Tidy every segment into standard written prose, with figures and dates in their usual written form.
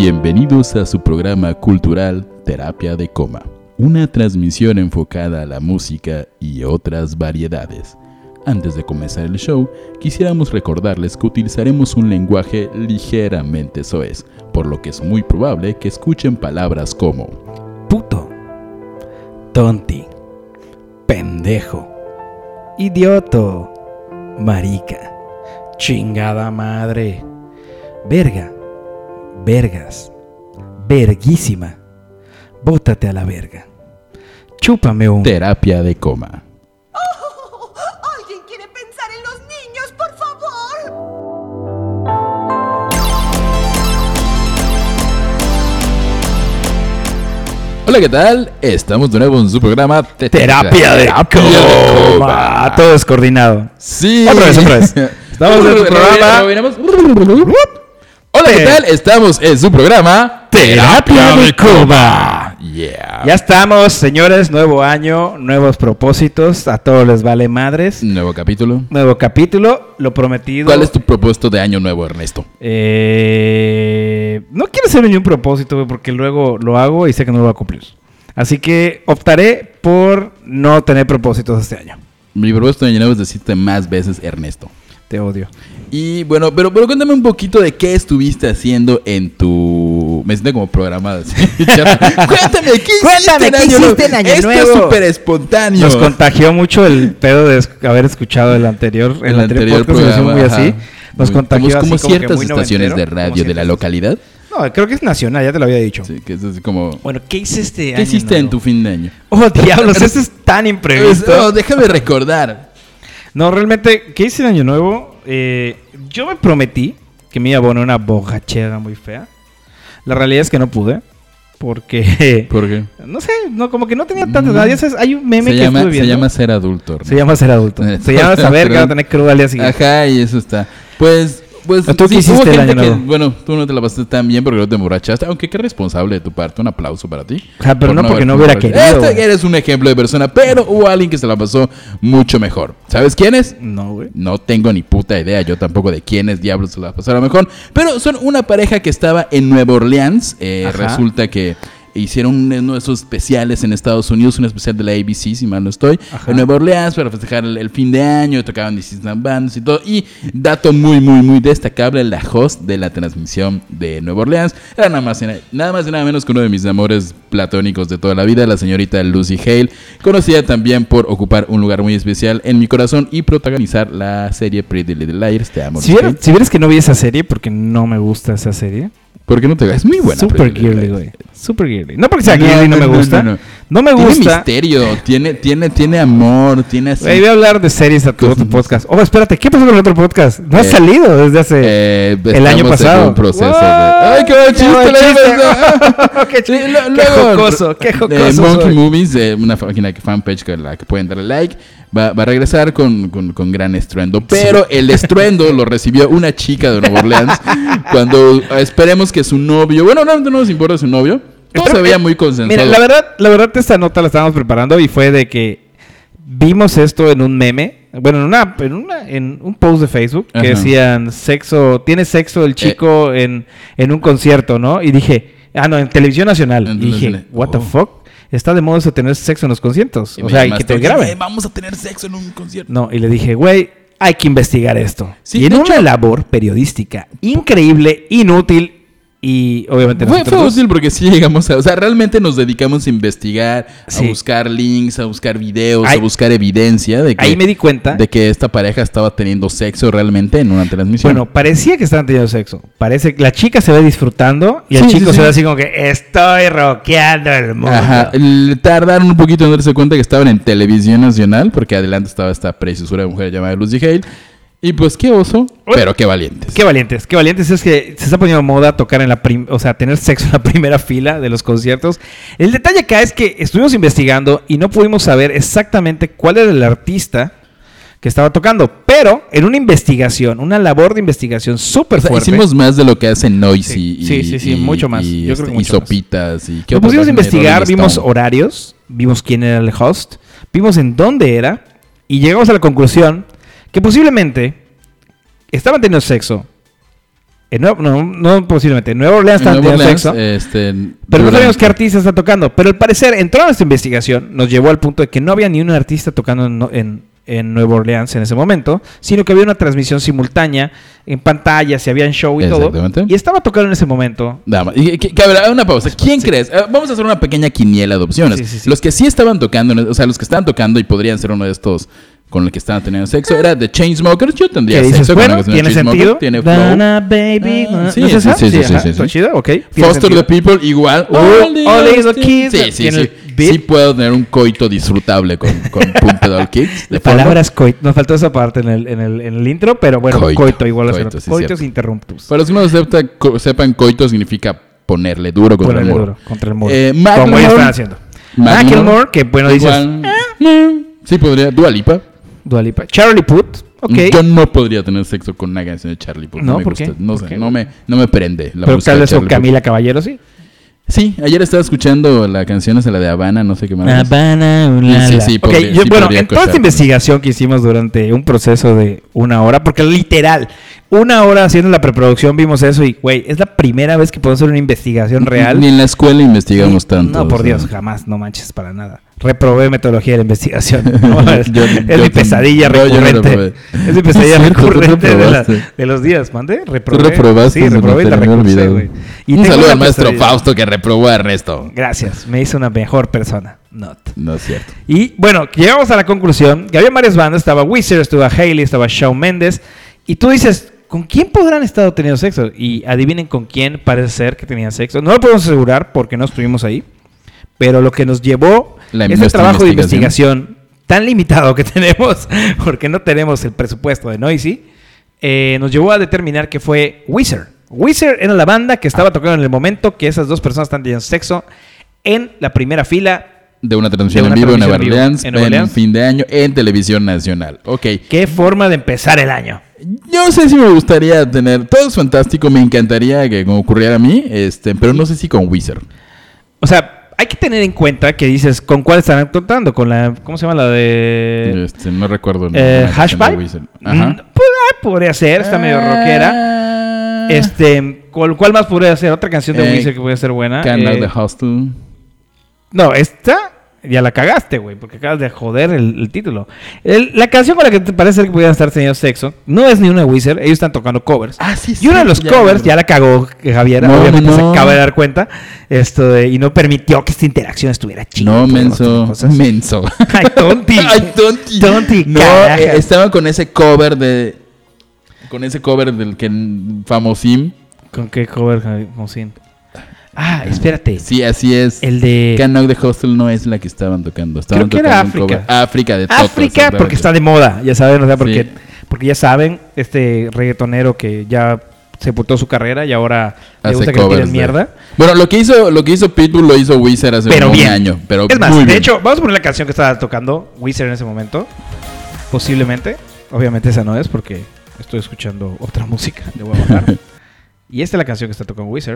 Bienvenidos a su programa cultural Terapia de Coma, una transmisión enfocada a la música y otras variedades. Antes de comenzar el show, quisiéramos recordarles que utilizaremos un lenguaje ligeramente soez, por lo que es muy probable que escuchen palabras como puto, tonti, pendejo, idioto, marica, chingada madre, verga, vergas, verguísima, bótate a la verga, chúpame un... Terapia de Coma. ¿Alguien quiere pensar en los niños, por favor? Hola, ¿qué tal? Estamos de nuevo en su programa Terapia de Coma. Todo descoordinado. Sí. Otra vez. Estamos en su programa. Hola, ¿qué tal? Estamos en su programa Terapia de Coma. Yeah. Ya estamos, señores. Nuevo año, nuevos propósitos. A todos les vale madres. Nuevo capítulo. Nuevo capítulo, lo prometido. ¿Cuál es tu propósito de año nuevo, Ernesto? No quiero hacer ningún propósito, güey, porque luego lo hago y sé que no lo voy a cumplir. Así que optaré por no tener propósitos este año. Mi propósito de año nuevo es decirte más veces Ernesto. Te odio. Y bueno, pero cuéntame un poquito de qué estuviste haciendo en tu... Me siento como programada. Cuéntame, ¿qué hiciste en Año Nuevo? Esto es súper espontáneo. Nos contagió mucho el pedo de haber escuchado el anterior podcast, programa, muy así. Nos contagió como así ciertas muy estaciones de radio de la localidad. No, creo que es nacional, ya te lo había dicho. Sí, que es así como... Bueno, ¿qué hiciste ¿Qué hiciste en tu fin de año? Oh, diablos, eso es tan imprevisto. No, déjame recordar. No, realmente, ¿qué hice en Año Nuevo? Yo me prometí que me iba a poner una borrachera muy fea. La realidad es que no pude. Porque... ¿Por qué? No sé, no, como que no tenía tanta edad. Ya sabes, hay un meme que estuve viendo. Se llama ser adulto, ¿no? Se llama ser adulto. Se llama saber que va a tener cruda al día siguiente. Ajá, y eso está. Pues ¿tú qué hiciste el año nuevo? Bueno, tú no te la pasaste tan bien porque no te emborrachaste. Aunque qué responsable de tu parte. Un aplauso para ti. Ajá, pero no porque no hubiera querido. Eres un ejemplo de persona. Pero hubo alguien que se la pasó mucho mejor. ¿Sabes quién es? No, güey. No tengo ni puta idea. Yo tampoco de quiénes diablos se la pasaron mejor. Pero son una pareja que estaba en Nueva Orleans. Resulta que hicieron uno de esos especiales en Estados Unidos, un especial de la ABC, si mal no estoy, en Nueva Orleans para festejar el fin de año, tocaban distintas bandas y todo. Y dato muy destacable, la host de la transmisión de Nueva Orleans era nada más y nada menos que uno de mis amores platónicos de toda la vida, la señorita Lucy Hale, conocida también por ocupar un lugar muy especial en mi corazón y protagonizar la serie Pretty Little Liars. Te amo. Si vieras que no vi esa serie, porque no me gusta esa serie. ¿Por qué no te ves? Es muy buena. Super girly, güey. Super girly. No porque sea girly, no me gusta. No me gusta. Tiene misterio, tiene amor, tiene así. Voy a hablar de series a tu otro podcast. Oh, espérate, ¿qué pasó con el otro podcast? No ha salido desde hace el año pasado. En un proceso de... ¡Ay, qué buen chiste! Qué jocoso. Monkey Movies, una fanpage que la que pueden darle like. Va a regresar con gran estruendo. Pero el estruendo lo recibió una chica de Nueva Orleans cuando esperemos que su novio... Bueno, no nos importa su novio. Todo se veía muy consensuado. Mira, la verdad esta nota la estábamos preparando y fue de que vimos esto en un meme. Bueno, en un post de Facebook que decían tiene sexo el chico en un concierto, ¿no? Y dije, en televisión nacional. Y dije, what the fuck? Está de moda eso tener sexo en los conciertos. O sea, y que te graben. Vamos a tener sexo en un concierto. No, y le dije, güey, hay que investigar esto. Sí, y en una labor periodística increíble, inútil y obviamente fue útil porque sí llegamos a... O sea, realmente nos dedicamos a investigar, sí, a buscar links, a buscar videos, a buscar evidencia de que... Ahí me di cuenta de que esta pareja estaba teniendo sexo realmente en una transmisión. Bueno, parecía que estaban teniendo sexo. Parece que la chica se ve disfrutando y el chico se ve así como que estoy rockeando el mundo. Ajá, tardaron un poquito en darse cuenta que estaban en televisión nacional porque adelante estaba esta preciosura de mujer llamada Lucy Hale. Y pues qué oso, pero qué valientes. Qué valientes. Es que se está poniendo moda tocar tener sexo en la primera fila de los conciertos. El detalle acá es que estuvimos investigando y no pudimos saber exactamente cuál era el artista que estaba tocando. Pero en una investigación, una labor de investigación súper fuerte. Hicimos más de lo que hacen Noisy. Sí, mucho más. Yo creo que mucho Sopitas. Nos pusimos a investigar, vimos horarios, vimos quién era el host, vimos en dónde era y llegamos a la conclusión que posiblemente estaban teniendo sexo No posiblemente. En Nueva Orleans están teniendo sexo. Pero no sabemos qué artista está tocando. Pero al parecer, en toda nuestra investigación, nos llevó al punto de que no había ni un artista tocando en Nueva Orleans en ese momento, sino que había una transmisión simultánea en pantalla, se había en show y todo. Y estaba tocando en ese momento. Una pausa. ¿Quién crees? Vamos a hacer una pequeña quiniela de opciones. Sí. Los que sí estaban tocando, o sea, los que estaban tocando y podrían ser uno de estos con el que estaban teniendo sexo, era The Chainsmokers. Yo tendría sexo con la ¿tiene sentido? Tiene flow. Dana, baby. Sí. ¿Está chido? Ok. Foster the People, igual. All the Kids. Sí puedo tener un coito disfrutable con Pump Doll Kids. De palabras coito. Nos faltó esa parte en el intro, pero bueno, coito igual a ser. Coitos interruptus. Para los que no sepan, coito significa ponerle duro contra el muro. Como ellos están haciendo. Macklemore, que bueno, dices... Sí, podría. Dua Lipa. Charlie Puth. Okay. Yo no podría tener sexo con una canción de Charlie Puth. No, ¿por qué? No sé, no me prende la música. Pero tal vez con Camila Caballero, sí. Sí, ayer estaba escuchando la canción esa, la de Habana, no sé qué más. Habana, sí, bueno, en toda esta investigación que hicimos durante un proceso de 1 hora, porque literal, 1 hora haciendo la preproducción vimos eso y, güey, es la primera vez que podemos hacer una investigación real. Ni en la escuela investigamos tanto. No, por Dios, jamás, no manches para nada. Reprobé metodología de la investigación. No, es mi pesadilla recurrente. Es mi pesadilla recurrente de los días. ¿Mande? Reprobé. Tú reprobaste. Sí, reprobé y la recursé, güey. Un saludo al maestro Fausto que reprobó a Ernesto. Gracias. Me hizo una mejor persona. No es cierto. Y bueno, llegamos a la conclusión que había varias bandas. Estaba Weezer, estaba Hailey, estaba Shawn Mendes. Y tú dices, ¿con quién podrán estar teniendo sexo? Y adivinen con quién parece ser que tenían sexo. No lo podemos asegurar porque no estuvimos ahí. Pero lo que nos llevó este trabajo de investigación tan limitado que tenemos, porque no tenemos el presupuesto de Noisy, nos llevó a determinar que fue Weezer. Weezer era la banda que estaba tocando en el momento que esas dos personas están teniendo sexo en la primera fila de una transmisión en vivo en Nueva Orleans en fin de año en televisión nacional. Ok. ¿Qué forma de empezar el año? Yo no sé si me gustaría tener... Todo es fantástico, me encantaría que ocurriera a mí, pero no sé si con Weezer. O sea... Hay que tener en cuenta que dices, ¿con cuál están tocando? Con la, ¿cómo se llama? La de... no recuerdo. Hash Pipe. Podría ser, está medio rockera. ¿Cuál más podría ser? Otra canción de Weezer que podría ser buena. Can't Out the Hostel. No, esta ya la cagaste, güey, porque acabas de joder el título. La canción con la que te parece que pudieran estar teniendo sexo no es ni una Weezer, ellos están tocando covers. Y uno de los covers ya la cagó Javier, obviamente se acaba de dar cuenta, y no permitió que esta interacción estuviera chida. No, menso. Ay, tonti. Tonti, no, estaba con ese cover del que famosín. ¿Con qué cover famosín? Espérate. Sí, así es. El de... Can't Out the Hostel no es la que estaban tocando. Creo que era África. África de Toto. África porque está de moda, ya saben, o sea, porque ya saben, este reggaetonero que ya sepultó su carrera y ahora le gusta que le tiren mierda. Bueno, lo que hizo Pitbull lo hizo Weezer hace un año. Pero es más, de hecho, vamos a poner la canción que estaba tocando Weezer en ese momento. Posiblemente. Obviamente esa no es porque estoy escuchando otra música. Le voy a bajar. Y esta es la canción que está tocando Weezer.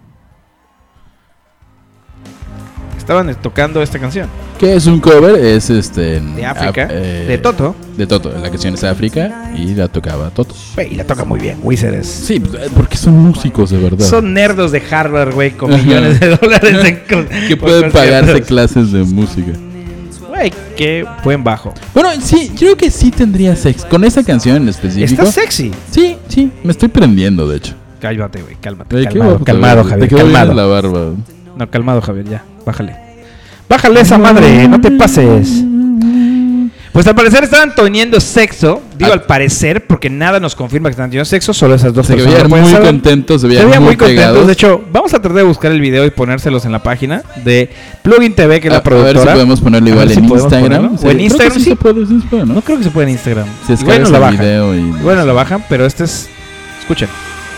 Estaban tocando esta canción. ¿Qué es un cover? Es de África, de Toto. De Toto, la canción es África y la tocaba Toto. Y la toca muy bien, Weezer es. Sí, porque son músicos de verdad. Son nerdos de Harvard, güey, con millones de dólares que pueden pagarse clases de música. Güey, qué buen bajo. Bueno, sí, creo que sí tendría sexo. Con esa canción en específico. Está sexy. Sí, me estoy prendiendo, de hecho. Cálmate, güey, cálmate. Calmado, Javier, calmado. La barba. No, calmado, Javier, ya, bájale. Bájale esa madre, no te pases. Pues al parecer estaban teniendo sexo. Digo al parecer, porque nada nos confirma que están teniendo sexo. Solo esas dos personas. Se veían muy contentos, se veían muy contentos. De hecho, vamos a tratar de buscar el video y ponérselos en la página de Plugin TV, que es la productora. A ver si podemos ponerlo igual en Instagram. O en Instagram, sí. No creo que se puede en Instagram. Si descargas el video y... Bueno, lo bajan, pero este es... Escuchen.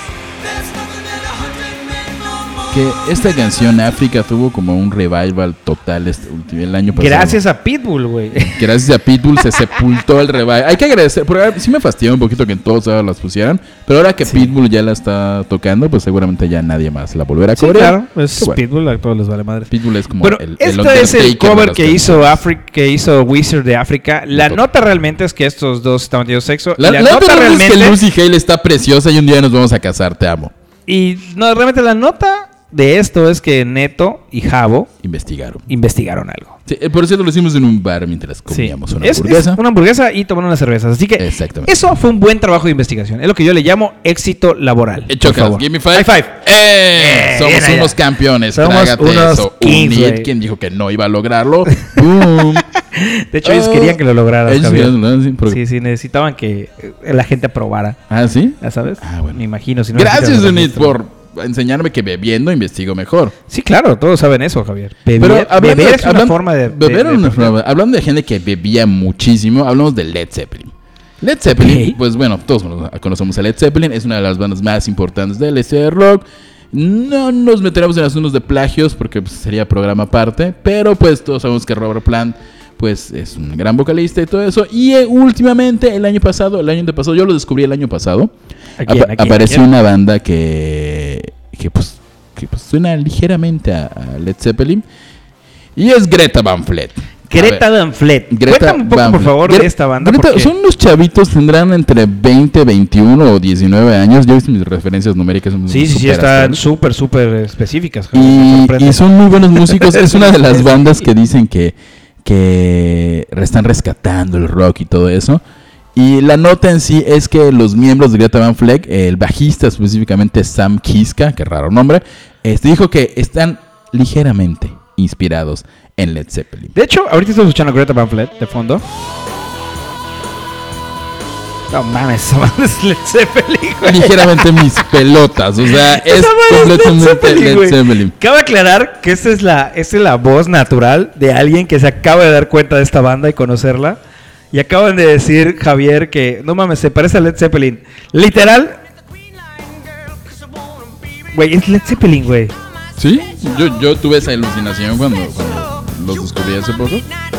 Que esta canción África tuvo como un revival total el año pasado. Gracias a Pitbull, güey. Gracias a Pitbull se sepultó el revival. Hay que agradecer, porque sí me fastidió un poquito que todos las pusieran, pero ahora que Pitbull ya la está tocando, pues seguramente ya nadie más la volverá a cobrar. Claro, es Pitbull, a todos les vale madre. Pitbull es como este es el cover que hizo Weezer de África. La nota realmente es que estos dos estaban teniendo sexo. La nota realmente es que Lucy Hale está preciosa y un día nos vamos a casar, te amo. Y no, realmente la nota de esto es que Neto y Jabo investigaron algo. Sí, por cierto, lo hicimos en un bar mientras comíamos una hamburguesa. Es una hamburguesa y tomando unas cervezas. Así que eso fue un buen trabajo de investigación. Es lo que yo le llamo éxito laboral. Chocas, give me five. High five. Somos unos campeones. Somos unos kings, ¿Quién dijo que no iba a lograrlo? De hecho, ellos querían que lo lograras. Sí, necesitaban que la gente aprobara. ¿Ah, sí? ¿Ya sabes? Bueno. Me imagino. Si no, gracias, Unit, por enseñarme que bebiendo investigo mejor. Sí, claro, todos saben eso, Javier. Beber es una forma de... Hablando de gente que bebía muchísimo, hablamos de Led Zeppelin. Led Zeppelin, pues bueno, todos conocemos a Led Zeppelin, es una de las bandas más importantes del este rock. No nos meteremos en asuntos de plagios porque pues, sería programa aparte, pero pues todos sabemos que Robert Plant pues es un gran vocalista y todo eso. Y últimamente, el año antepasado, yo lo descubrí el año pasado. Apareció una banda que suena ligeramente a Led Zeppelin. Y es Greta Van Fleet. Cuéntame un poco, por favor, de esta banda. Son unos chavitos, tendrán entre 20, 21 o 19 años. Yo he visto mis referencias numéricas. Sí, están súper específicas. Y son muy buenos músicos. Es una de las bandas que dicen que están rescatando el rock y todo eso. Y la nota en sí es que los miembros de Greta Van Fleet, el bajista específicamente Sam Kiska, qué raro nombre, dijo que están ligeramente inspirados en Led Zeppelin. De hecho, ahorita estoy escuchando a Greta Van Fleet de fondo. No mames, es Led Zeppelin, güey. Ligeramente mis pelotas, o sea, es completamente Led Zeppelin. Cabe aclarar que esta es la voz natural de alguien que se acaba de dar cuenta de esta banda y conocerla. Y acaban de decir, Javier, que no mames, se parece a Led Zeppelin. Literal. Güey, es Led Zeppelin, güey. ¿Sí? Yo tuve esa alucinación cuando los descubrí hace poco.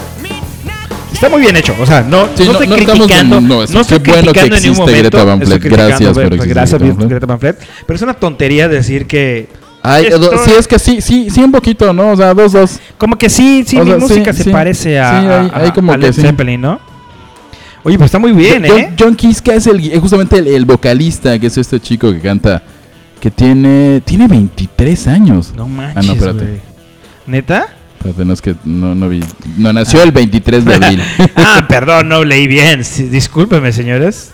Está muy bien hecho, o sea, no estoy criticando. No estoy criticando que en ningún momento. Greta Van Fleet. Gracias por existir. Gracias, Greta Van Fleet. Pero es una tontería decir que... sí, es que sí, un poquito, ¿no? O sea, dos. Como que sí, mi música se parece a Led Zeppelin, ¿no? Oye, pues está muy bien, John Kiska es justamente el vocalista, que es este chico que canta, que tiene 23 años. No manches, no, espérate. Wey. ¿Neta? Espérate, no es que no vi. No, nació el 23 de abril. Perdón, no leí bien. Discúlpeme, señores.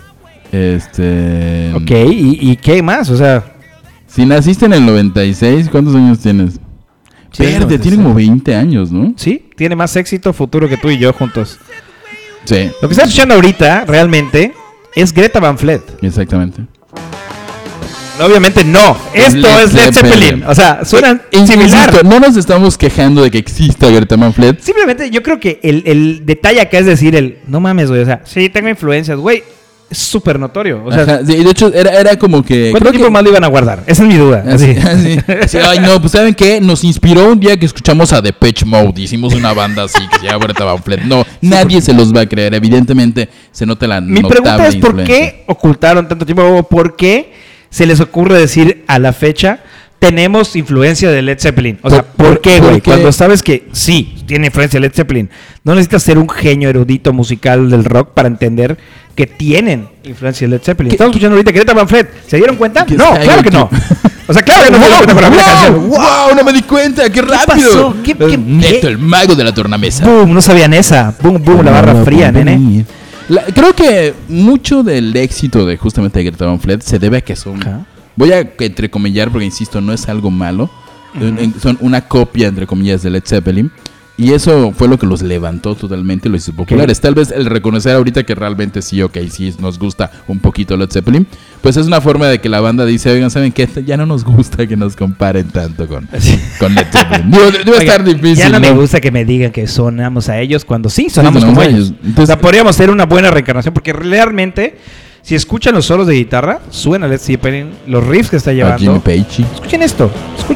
Ok, ¿y qué más? O sea... Si naciste en el 96, ¿cuántos años tienes? Verde, tiene como 20 años, ¿no? Sí, tiene más éxito futuro que tú y yo juntos. Sí. Lo que estás escuchando ahorita, realmente, es Greta Van Fleet. Exactamente. Obviamente no. Esto es Led Zeppelin. O sea, suenan similar. No nos estamos quejando de que exista Greta Van Fleet. Simplemente yo creo que el detalle acá es decir no mames, güey. O sea, sí, tengo influencias, güey. Es súper notorio. O sea, ajá, sí, de hecho, era como que... ¿Cuánto tiempo más lo iban a guardar? Esa es mi duda. Así. Ay, no, pues ¿saben qué? Nos inspiró un día que escuchamos a Depeche Mode. Hicimos una banda así que se llama Greta Van Fleet. No, nadie se los va a creer. Evidentemente se nota la Mi pregunta es ¿por qué ocultaron tanto tiempo? ¿O por qué se les ocurre decir a la fecha tenemos influencia de Led Zeppelin? O sea, ¿por qué, güey? Cuando sabes que sí, tiene influencia de Led Zeppelin. No necesitas ser un genio erudito musical del rock para entender que tienen influencia de Led Zeppelin. Estamos escuchando ahorita Greta Van Fleet. ¿Se dieron cuenta? No, claro que no. O sea, claro que no se dieron cuenta por la primera canción. ¡Wow! No me di cuenta. ¡Qué rápido! ¿Qué pasó? Neto, el mago de la tornamesa. ¡Boom! No sabían esa. ¡Boom! La barra fría, nene. Creo que mucho del éxito de justamente Greta Van Fleet se debe a que son... Voy a entrecomillar porque, insisto, no es algo malo. Son una copia, entre comillas, de Led Zeppelin. Y eso fue lo que los levantó totalmente, los hizo populares. Tal vez el reconocer ahorita que realmente sí nos gusta un poquito Led Zeppelin, pues es una forma de que la banda dice, oigan, ¿saben qué? Ya no nos gusta que nos comparen tanto con Led Zeppelin. Debe estar difícil. Ya no me gusta que me digan que sonamos a ellos cuando sonamos como ellos. Entonces, o sea, podríamos hacer una buena reencarnación porque realmente... Si escuchan los solos de guitarra, suena Led Zeppelin, los riffs que está llevando. Jimmy Page. Escuchen esto.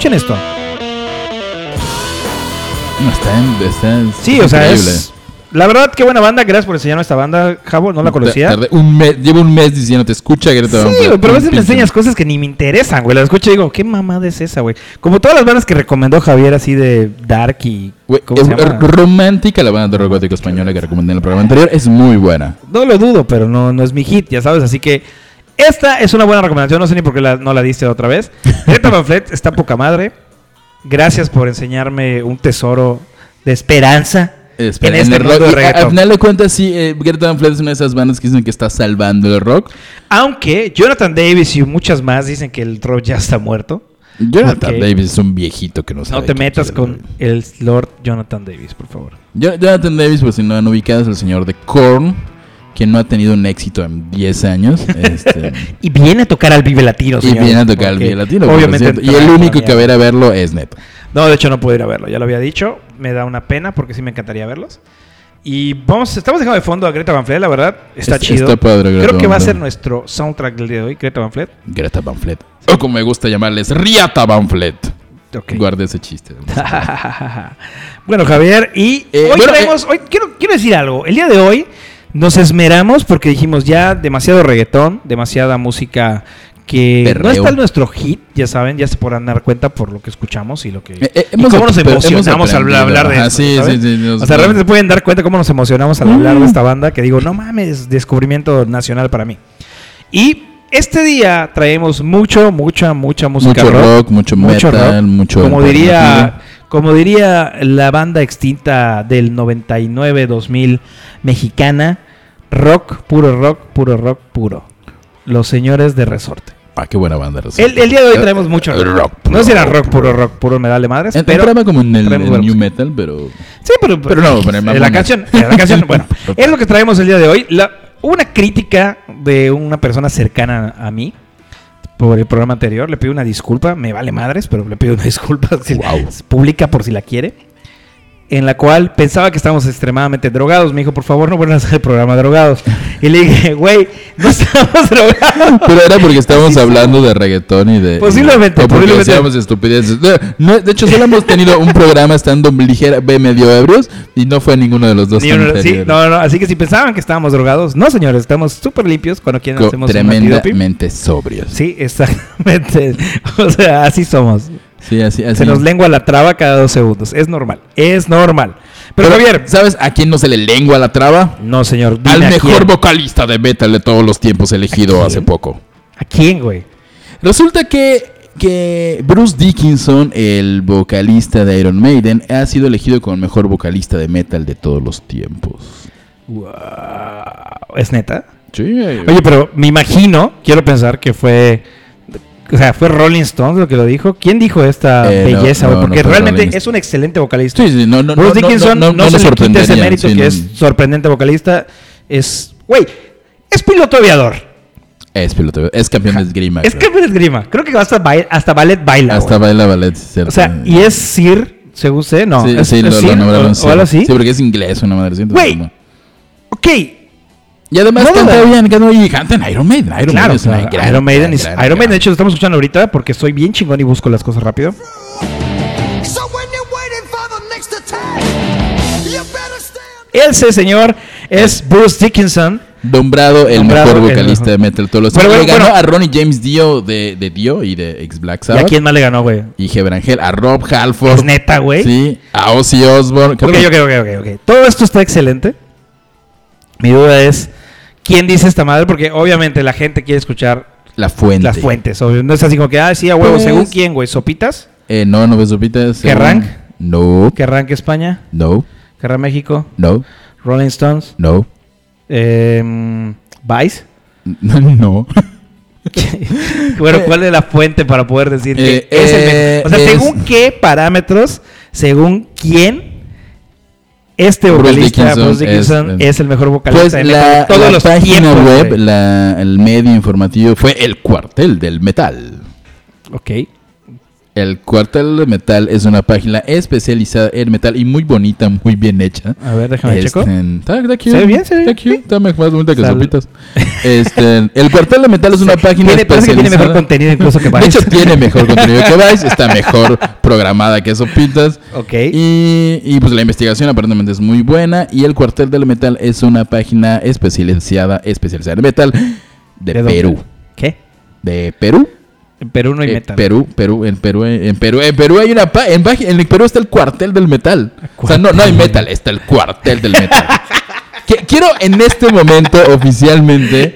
No, está sí, o sea, increíble. La verdad, qué buena banda. Gracias por enseñarme esta banda, Jabo. No la conocía. Llevo un mes diciéndote, escucha Greta Van Fleet. Sí, pero a veces me enseñas cosas que ni me interesan, güey. Las escucho y digo, ¿qué mamada es esa, güey? Como todas las bandas que recomendó Javier, así de Dark y... ¿Cómo se llama? Romántica, la banda de rock gótico española que recomendé en el programa anterior. Es muy buena. No lo dudo, pero no es mi hit, ya sabes. Así que esta es una buena recomendación. No sé ni por qué no la diste otra vez. Greta Van Fleet está poca madre. Gracias por enseñarme un tesoro de esperanza. En este mundo de reggaetón. Al final de cuentas, sí, Greta Van Fleet es una de esas bandas que dicen que está salvando el rock. Aunque Jonathan Davis y muchas más dicen que el rock ya está muerto. Jonathan Davis es un viejito que no sabe. No te metas con el Lord Jonathan Davis, por favor. Jonathan Davis, pues si no han ubicado, es el señor de Korn, que no ha tenido un éxito en 10 años. Y viene a tocar al Vive Latino, señor. Y viene a tocar al Vive Latino. Obviamente. Y el único que va a ir a verlo es Neto. No, de hecho no puedo ir a verlo, ya lo había dicho. Me da una pena porque sí me encantaría verlos. Y estamos dejando de fondo a Greta Van Fleet, la verdad. Está chido. Está padre, Creo que va a ser nuestro soundtrack del día de hoy, Greta Van Fleet. Greta Van Fleet. O como me gusta llamarles, Riata Van Fleet. Okay. Guarde ese chiste. Bueno, Javier, y hoy quiero decir algo. El día de hoy nos esmeramos porque dijimos ya demasiado reggaetón, demasiada música que perreo. No está en nuestro hit, ya saben, ya se podrán dar cuenta por lo que escuchamos y lo que y cómo nos emocionamos al hablar de esto. Sí, o sea, realmente se pueden dar cuenta cómo nos emocionamos al hablar de esta banda que digo, no mames, descubrimiento nacional para mí. Y este día traemos mucha música rock, mucho metal, mucho como diría la banda extinta del 99-2000 mexicana, puro. Los señores de Resorte. Ah, qué buena banda. El día de hoy traemos mucho rock. No será puro me da de madres. Pero programa como en el New Metal, pero... Sí, pero no. La canción, bueno, es lo que traemos el día de hoy. Hubo una crítica de una persona cercana a mí por el programa anterior. Le pido una disculpa. Me vale madres, pero le pido una disculpa pública por si la quiere. En la cual pensaba que estábamos extremadamente drogados. Me dijo, por favor, no vuelvan a hacer el programa drogados. Y le dije, güey, no estamos drogados. Pero era porque estábamos hablando de reggaetón y de... Posiblemente. O porque decíamos estupideces. No, de hecho, solo hemos tenido un programa estando medio ebrios y no fue ninguno de los dos. Sí, no. Así que si pensaban que estábamos drogados, no, señores, estamos súper limpios cuando quieren hacemos tremendamente sobrios. Sí, exactamente. O sea, así somos. Sí, así. Se nos lengua la traba cada 2 segundos. Es normal. Pero Javier, ¿sabes a quién no se le lengua la traba? No, señor. Al mejor vocalista de metal de todos los tiempos elegido hace poco. ¿A quién, güey? Resulta que Bruce Dickinson, el vocalista de Iron Maiden, ha sido elegido como el mejor vocalista de metal de todos los tiempos. Wow. ¿Es neta? Sí. Oye, pero me imagino, quiero pensar que fue... O sea, ¿fue Rolling Stones lo que lo dijo? ¿Quién dijo esta belleza, güey? Porque realmente es un excelente vocalista. Sí, Bruce Dickinson no se le quita ese mérito que es sorprendente vocalista. Güey, es piloto aviador. Es piloto aviador. Es campeón de esgrima. Creo que hasta ballet baila. Hasta baila ballet, cierto. O sea, y es Sir, según sé, no. Sí, lo nombraron Sir. ¿O algo así? Sí, porque es inglés, una madre. Güey, ok. Y además canta bien, y canta en Iron Maiden. Iron Maiden, de hecho, lo estamos escuchando ahorita porque soy bien chingón y busco las cosas rápido. Ese señor es Bruce Dickinson. Nombrado el mejor vocalista de metal de todos los tiempos. Le ganó a Ronnie James Dio de Dio y de ex Black Sabbath. ¿Y a quién más le ganó, güey? Y Heber Angel, a Rob Halford. ¿Es neta, güey? Sí, a Ozzy Osbourne. Ok. Todo esto está excelente. Mi duda es, ¿quién dice esta madre? Porque obviamente la gente quiere escuchar las fuentes. Obvio. No es así como que, sí, a huevo, pues, ¿según quién, güey? ¿Sopitas? No ves Sopitas. ¿Kerrang? No. ¿Kerrang España? No. ¿Kerrang México? No. ¿Rolling Stones? No. ¿Vice? No. Bueno, ¿cuál es la fuente para poder decir que es el mejor? O sea, ¿según qué parámetros, según quién este vocalista, Bruce Dickinson, es el mejor vocalista de metal de todos los página tiempos, web, el medio informativo fue El Cuartel del Metal. Ok. El Cuartel del Metal es una página especializada en metal y muy bonita, muy bien hecha. A ver, déjame checo. Está cute. ¿Se ve bien? Está cute. Está más bonita que Sopitas. El Cuartel del Metal es una página especializada. Parece que tiene mejor contenido incluso que Vice. De hecho, tiene mejor contenido que Vice. Está mejor programada que Sopitas. Ok. Y pues la investigación aparentemente es muy buena. Y el Cuartel del Metal es una página especializada en metal de Perú. ¿Qué? ¿De Perú? En Perú no hay metal. En Perú hay una en Perú está el Cuartel del Metal. O sea, no hay metal, está el Cuartel del Metal. Quiero en este momento oficialmente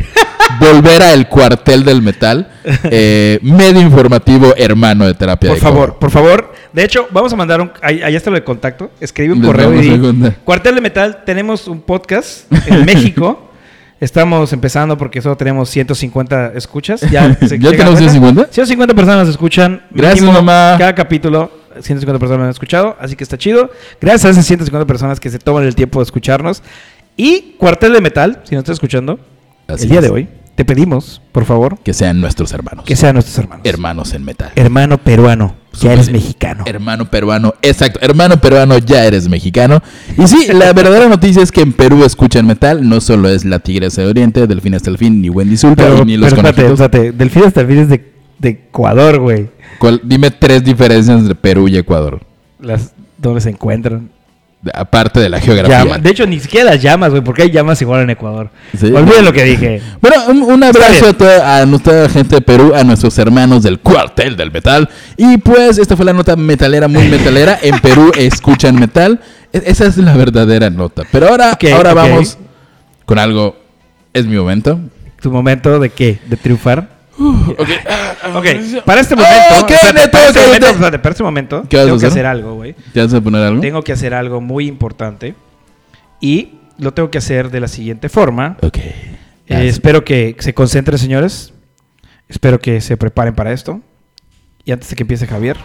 volver a El Cuartel del Metal, medio informativo hermano de Terapia de Coro. Por favor. De hecho, vamos a mandar ahí está lo de contacto. Escribe un correo y Cuartel de Metal, tenemos un podcast en México. Estamos empezando porque solo tenemos 150 escuchas. ¿Ya tenemos 150? 150 personas escuchan. Gracias, mamá. Cada capítulo, 150 personas lo han escuchado. Así que está chido. Gracias a esas 150 personas que se toman el tiempo de escucharnos. Y Cuartel de Metal, si nos estás escuchando, el día de hoy, te pedimos, por favor, que sean nuestros hermanos. Que sean nuestros hermanos. Hermanos en metal. Hermano peruano, ya eres mexicano. Hermano peruano, exacto. Hermano peruano, ya eres mexicano. Y sí, la verdadera noticia es que en Perú escuchan metal. No solo es La Tigresa de Oriente, Delfín hasta el fin, ni Wendy Zulka, ni Los Conejitos. Espérate, Delfín hasta el fin es de Ecuador, güey. Dime 3 diferencias entre Perú y Ecuador. ¿Dónde se encuentran? Aparte de la geografía. De hecho, ni siquiera las llamas, güey, porque hay llamas igual en Ecuador. ¿Sí? Olviden lo que dije. Bueno, un abrazo a nuestra gente de Perú, a nuestros hermanos del Cuartel del Metal. Y pues, esta fue la nota metalera, muy metalera. En Perú escuchan metal. Esa es la verdadera nota. Pero ahora vamos con algo. Es mi momento. ¿Tu momento de qué? ¿De triunfar? Okay. Para este momento, para este momento tengo que hacer algo, güey. ¿Te vas a poner algo? Tengo que hacer algo muy importante y lo tengo que hacer de la siguiente forma. Espero que se concentren, señores. Espero que se preparen para esto. Y antes de que empiece Javier,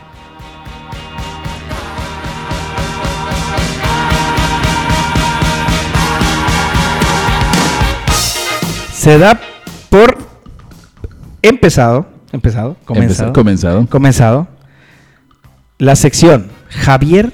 se da por comenzado la sección Javier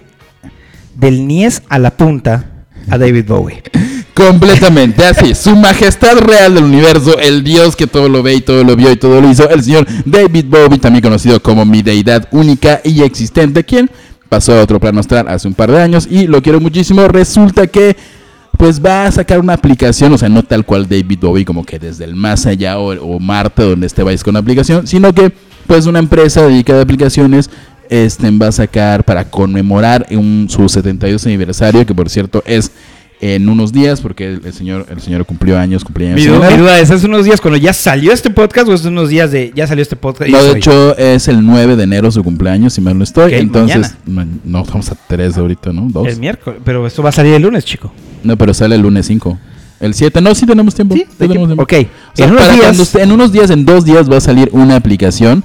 del Niés a la punta a David Bowie. Completamente así. Su majestad real del universo, el dios que todo lo ve y todo lo vio y todo lo hizo, el señor David Bowie, también conocido como mi deidad única y existente, quien pasó a otro plano astral hace un par de años y lo quiero muchísimo. Resulta que pues va a sacar una aplicación, o sea, no tal cual David Bowie, como que desde el más allá o Marte, donde vayas con una aplicación, sino que pues una empresa dedicada a aplicaciones va a sacar para conmemorar su 72 aniversario, que por cierto es en unos días, porque el señor cumplió años. Mi duda es unos días cuando ya salió este podcast o es unos días de ya salió este podcast. No, de hecho es el 9 de enero su cumpleaños, si mal no estoy. Okay, entonces, no, estamos a 3 ahorita, ¿no? 2. El miércoles, pero esto va a salir el lunes, chico. No, pero sale el lunes 5. El 7, no, sí tenemos tiempo. Sí, tenemos tiempo. Ok. O sea, en 2 días va a salir una aplicación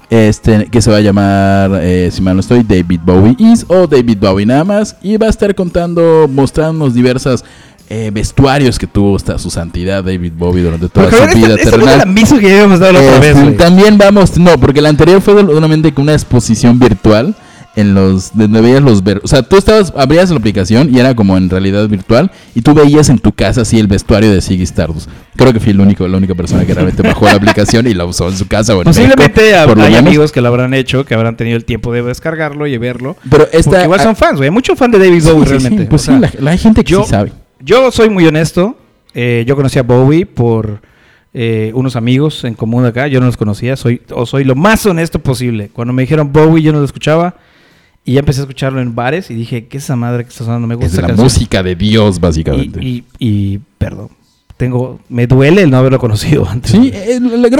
que se va a llamar, si mal no estoy, David Bowie Is o David Bowie nada más, y va a estar mostrándonos diversas vestuarios que tuvo su santidad David Bowie durante toda su vida terrenal. Que ya habíamos dado la otra vez, también porque la anterior fue solamente una exposición virtual donde veías o sea, tú abrías la aplicación y era como en realidad virtual y tú veías en tu casa así el vestuario de Ziggy Stardust. Creo que fui la única persona que realmente bajó la aplicación y la usó en su casa o en posiblemente hay amigos que lo habrán hecho, que habrán tenido el tiempo de descargarlo y verlo. Pero porque igual son fans, güey. Hay muchos fans de David Bowie realmente. Sí, pues o sea, hay gente que sí sabe. Yo soy muy honesto. Yo conocí a Bowie por unos amigos en común acá. Yo no los conocía. Soy lo más honesto posible. Cuando me dijeron Bowie, yo no lo escuchaba. Y ya empecé a escucharlo en bares y dije, ¿qué es esa madre que está sonando? Me gusta esa canción. Es la música de Dios, básicamente. Y perdón, me duele el no haberlo conocido antes. Sí, el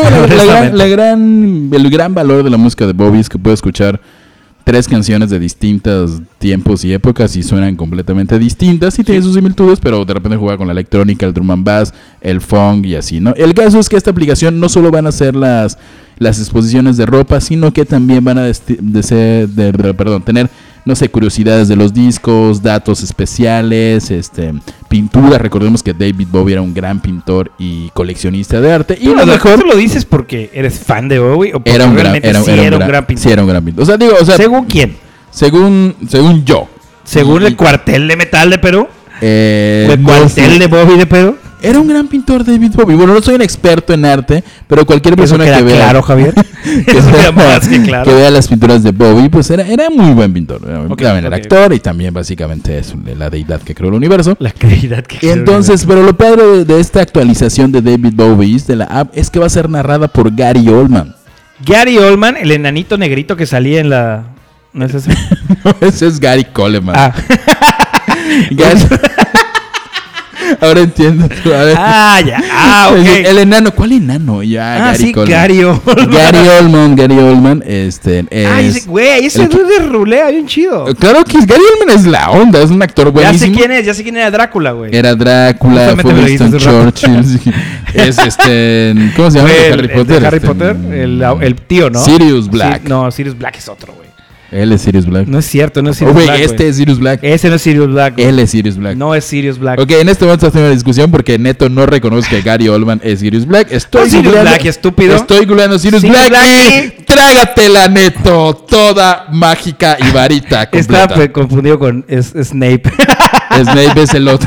gran valor de la música de Bowie es que puedo escuchar 3 canciones de distintos tiempos y épocas y suenan completamente distintas y tienen sus similitudes, pero de repente juega con la electrónica, el drum and bass, el funk y así, ¿no? El caso es que esta aplicación no solo van a ser las exposiciones de ropa, sino que también van a tener, no sé, curiosidades de los discos, datos especiales, pinturas. Recordemos que David Bowie era un gran pintor y coleccionista de arte. Y lo mejor, ¿tú lo dices porque eres fan de Bowie o porque era un gran pintor? Sí, era un gran pintor. ¿Según quién? Según yo. ¿Según el Cuartel de Metal de Perú? ¿El Cuartel de Bowie de Perú? Era un gran pintor David Bowie. Bueno, no soy un experto en arte, pero cualquier persona que vea... claro, Javier. que vea las pinturas de Bowie, pues era muy buen pintor. También era actor y también básicamente es la deidad que creó el universo. La deidad que creó el universo. Pero lo padre de esta actualización de David Bowie, de la app, es que va a ser narrada por Gary Oldman. Gary Oldman, el enanito negrito que salía en la... ¿No es ese? No, ese es Gary Coleman. Ah. Ahora entiendo. Ya. Ok. El enano. ¿Cuál enano? Ya, sí, Gary Oldman. Gary Oldman, es... Güey, ese dude rulea bien chido. Claro que Gary Oldman es la onda, es un actor buenísimo. Ya sé quién era Drácula, güey. Era Drácula, fue Winston Churchill. Es ¿cómo se llama? Harry Potter. Harry Potter, el tío, ¿no? Sirius Black. No, Sirius Black es otro, güey. Él es Sirius Black. No es cierto, no es Sirius Black. Este es Sirius Black. Ese no es Sirius Black. Él es Sirius Black. No es Sirius Black. Ok, en este momento estamos teniendo una discusión porque Neto no reconoce que Gary Oldman es Sirius Black. Sirius Black, estúpido. Estoy googleando Sirius Black y trágatela, Neto. Toda mágica y varita completa. Está confundido con Snape. Snape es el otro.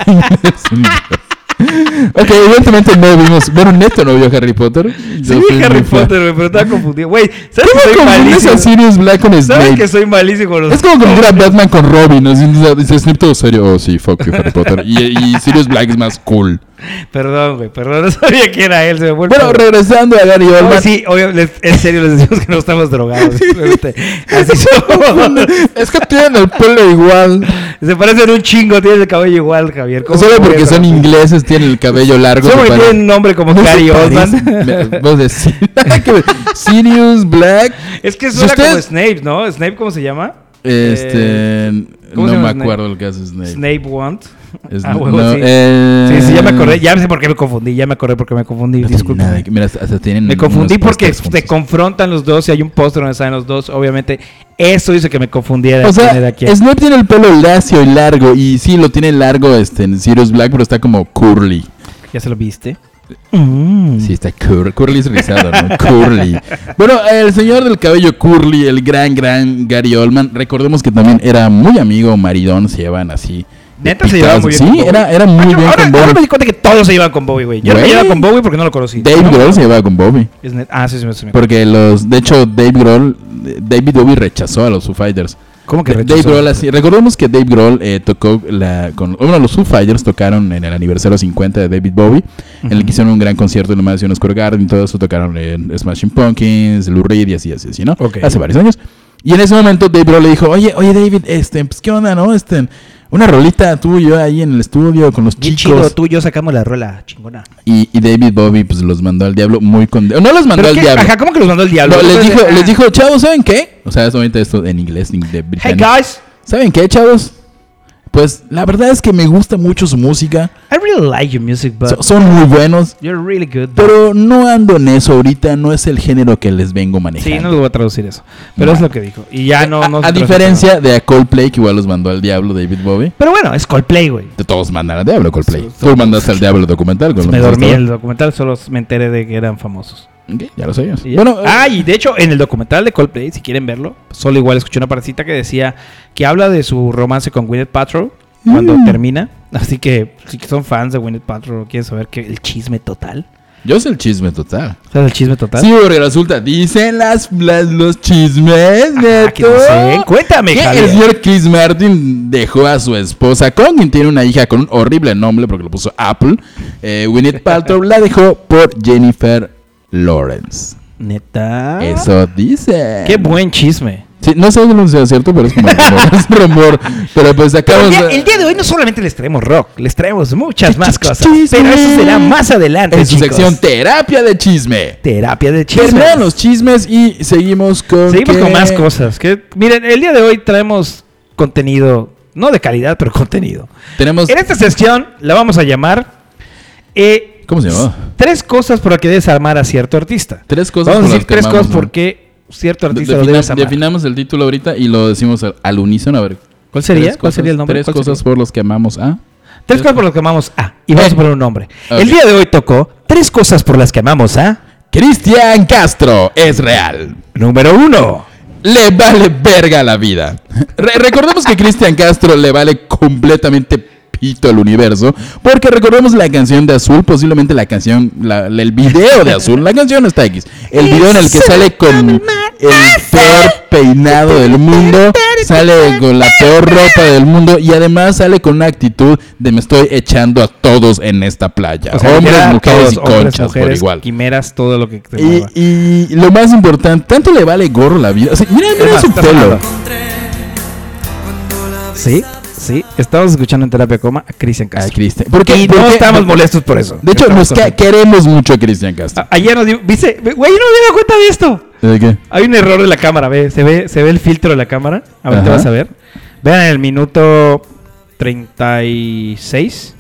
Ok, evidentemente no vimos. Bueno, Neto no vio Harry Potter. Sí, vi Harry Potter, güey, pero estaba confundido. Güey, ¿sabes que soy malísimo? A Sirius Black con Snape? ¿Sabes que soy malísimo con los... Es como confundir a Batman con Robin. Dice Snape todo serio. Oh, sí, fuck you, Harry Potter. Y Sirius Black es más cool. Perdón, güey, no sabía que era él. Se me vuelve. Bueno, regresando a Gary Oldman. Sí, obviamente, en serio les decimos que no estamos drogados. Así somos. Es que tienen el pelo igual. Se parecen un chingo, tienen el cabello igual, Javier. Solo porque son ingleses, tienen el cabello largo. Solo tienen un nombre como Gary Oldman. Vos decís Sirius Black. Es que suena como Snape, ¿no? ¿Snape cómo se llama? No me acuerdo el caso de Snape. Snape Want. Sí. Sí, ya me acordé. Ya sé por qué me confundí. Disculpa. Mira, hasta tienen. Me confundí porque te confrontan los dos y hay un póster donde salen los dos. Obviamente, eso hizo que me confundiera. O sea, Snape tiene el pelo lacio y largo. Y sí, lo tiene largo en Sirius Black, pero está como curly. ¿Ya se lo viste? Sí, está curly es rizado, ¿no? Curly. Bueno, el señor del cabello curly, el gran Gary Oldman, recordemos que también era muy amigo, maridón, se llevan así. Neta se llevaba muy bien. Sí, era muy bien con Bowie. Ahora me di cuenta que todos se llevan con Bowie, güey. Yo no me llevaba con Bowie porque no lo conocí. Dave Grohl se llevaba con Bowie. Sí. Porque de hecho, David Bowie rechazó a los Foo Fighters. ¿Cómo que Dave Grohl así. Recordemos que Dave Grohl tocó los Foo Fighters tocaron en el aniversario 50 de David Bowie, en el que hicieron un gran concierto en el Madison Square Garden y todo eso. Tocaron en Smashing Pumpkins, Lou Reed y así, ¿no? Okay. Hace varios años. Y en ese momento Dave Grohl le dijo, oye David, pues qué onda, ¿no? Una rolita tú y yo ahí en el estudio con los chicos. Chido, tú y yo sacamos la rola, chingona. Y David Bowie pues los mandó al diablo muy no los mandó al diablo. Ajá, ¿cómo que los mandó al diablo? No, les dijo, chavos, ¿saben qué? O sea, solamente esto en inglés de británico. Hey guys. ¿Saben qué, chavos? Pues la verdad es que me gusta mucho su música. I really like your music, but son muy buenos. You're really good. Pero no ando en eso ahorita, no es el género que les vengo manejando. Sí, no les voy a traducir eso. Pero es lo que dijo. Y ya no a diferencia de a Coldplay, que igual los mandó al diablo David Bowie. Pero bueno, es Coldplay, güey. De todos mandan al diablo Coldplay. Tú mandaste al diablo el documental. Me dormí en el documental, solo me enteré de que eran famosos. Okay, ya lo sabías. Bueno, y de hecho, en el documental de Coldplay, si quieren verlo, solo igual escuché una partecita que decía que habla de su romance con Gwyneth Paltrow cuando termina. Así que si son fans de Gwyneth Paltrow, quieren saber que el chisme total. Yo sé el chisme total. ¿Sabes el chisme total? Sí, porque resulta, dicen los chismes, Neto. Que no sé. Cuéntame, Javier. El señor Chris Martin dejó a su esposa, con quien tiene una hija con un horrible nombre porque lo puso Apple. Gwyneth Paltrow la dejó por Jennifer Lawrence. ¿Neta? Eso dice. Qué buen chisme. Sí, no sé si sea cierto, pero es como es rumor. Pero pues acabamos el día de hoy no solamente les traemos rock, les traemos muchas más cosas. Pero eso será más adelante, en su sección Terapia de Chisme. Terapia de Chisme. Terminan los chismes y seguimos con más cosas. Miren, el día de hoy traemos contenido, no de calidad, pero contenido. En esta sección la vamos a llamar... ¿Cómo se llama? 3 cosas por las que debes armar a cierto artista. 3 cosas vamos a decir 3 cosas por qué cierto artista lo debes amar. Definamos el título ahorita y lo decimos al unísono. A ver. ¿Cuál sería? ¿Cuál sería el nombre? 3 cosas por las que amamos a. 3 cosas por las que amamos a. Y vamos a poner un nombre. Okay. El día de hoy tocó 3 cosas por las que amamos a... Cristian Castro es real. Número 1. Le vale verga la vida. Recordemos que Cristian Castro le vale completamente el universo, porque recordemos la canción de Azul, posiblemente la canción, el video de Azul, la canción está X, el video en el que sale con el peor peinado del mundo, sale con la peor ropa del mundo y además sale con una actitud de me estoy echando a todos en esta playa, o sea, hombres, mujeres y conchas por igual, quimeras, todo lo que te y lo más importante, tanto le vale gorro la vida, o sea, mira su pelo. ¿Sí? Sí, estamos escuchando en Terapia Coma a Cristian Castro. Y no estamos molestos por eso. De hecho, queremos mucho a Cristian Castro. Ayer nos dice, güey, no me he dado cuenta de esto. ¿De qué? Hay un error de la cámara, se ve el filtro de la cámara. Ahorita vas a ver. Vean en el minuto 36,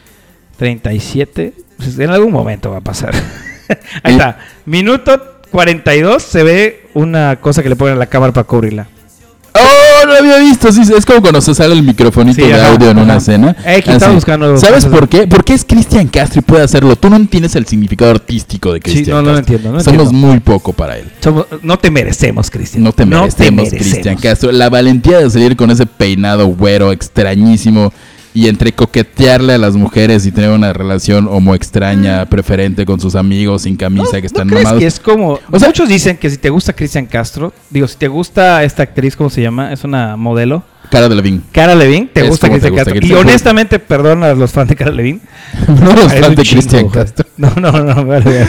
37. Pues en algún momento va a pasar. Ahí está. Minuto 42 se ve una cosa que le ponen a la cámara para cubrirla. ¡Oh, no lo había visto! Sí, es como cuando se sale el microfonito de audio en una escena. Buscando. ¿Sabes por qué? Porque es Cristian Castro y puede hacerlo. Tú no entiendes el significado artístico de Cristian Castro. No lo entiendo. Somos muy poco para él. No te merecemos, Cristian. No te merecemos, Cristian Castro. La valentía de salir con ese peinado güero extrañísimo y entre coquetearle a las mujeres y tener una relación homo extraña, preferente con sus amigos sin camisa que están mamados. Que es como, o sea, muchos dicen que si te gusta Cristian Castro, si te gusta esta actriz, ¿cómo se llama? Es una modelo. Cara Delevingne. Cara Delevingne, ¿te gusta Cristian Castro? Y honestamente, perdón a los fans de Cara Delevingne. No los fans de Cristian Castro. No, vale.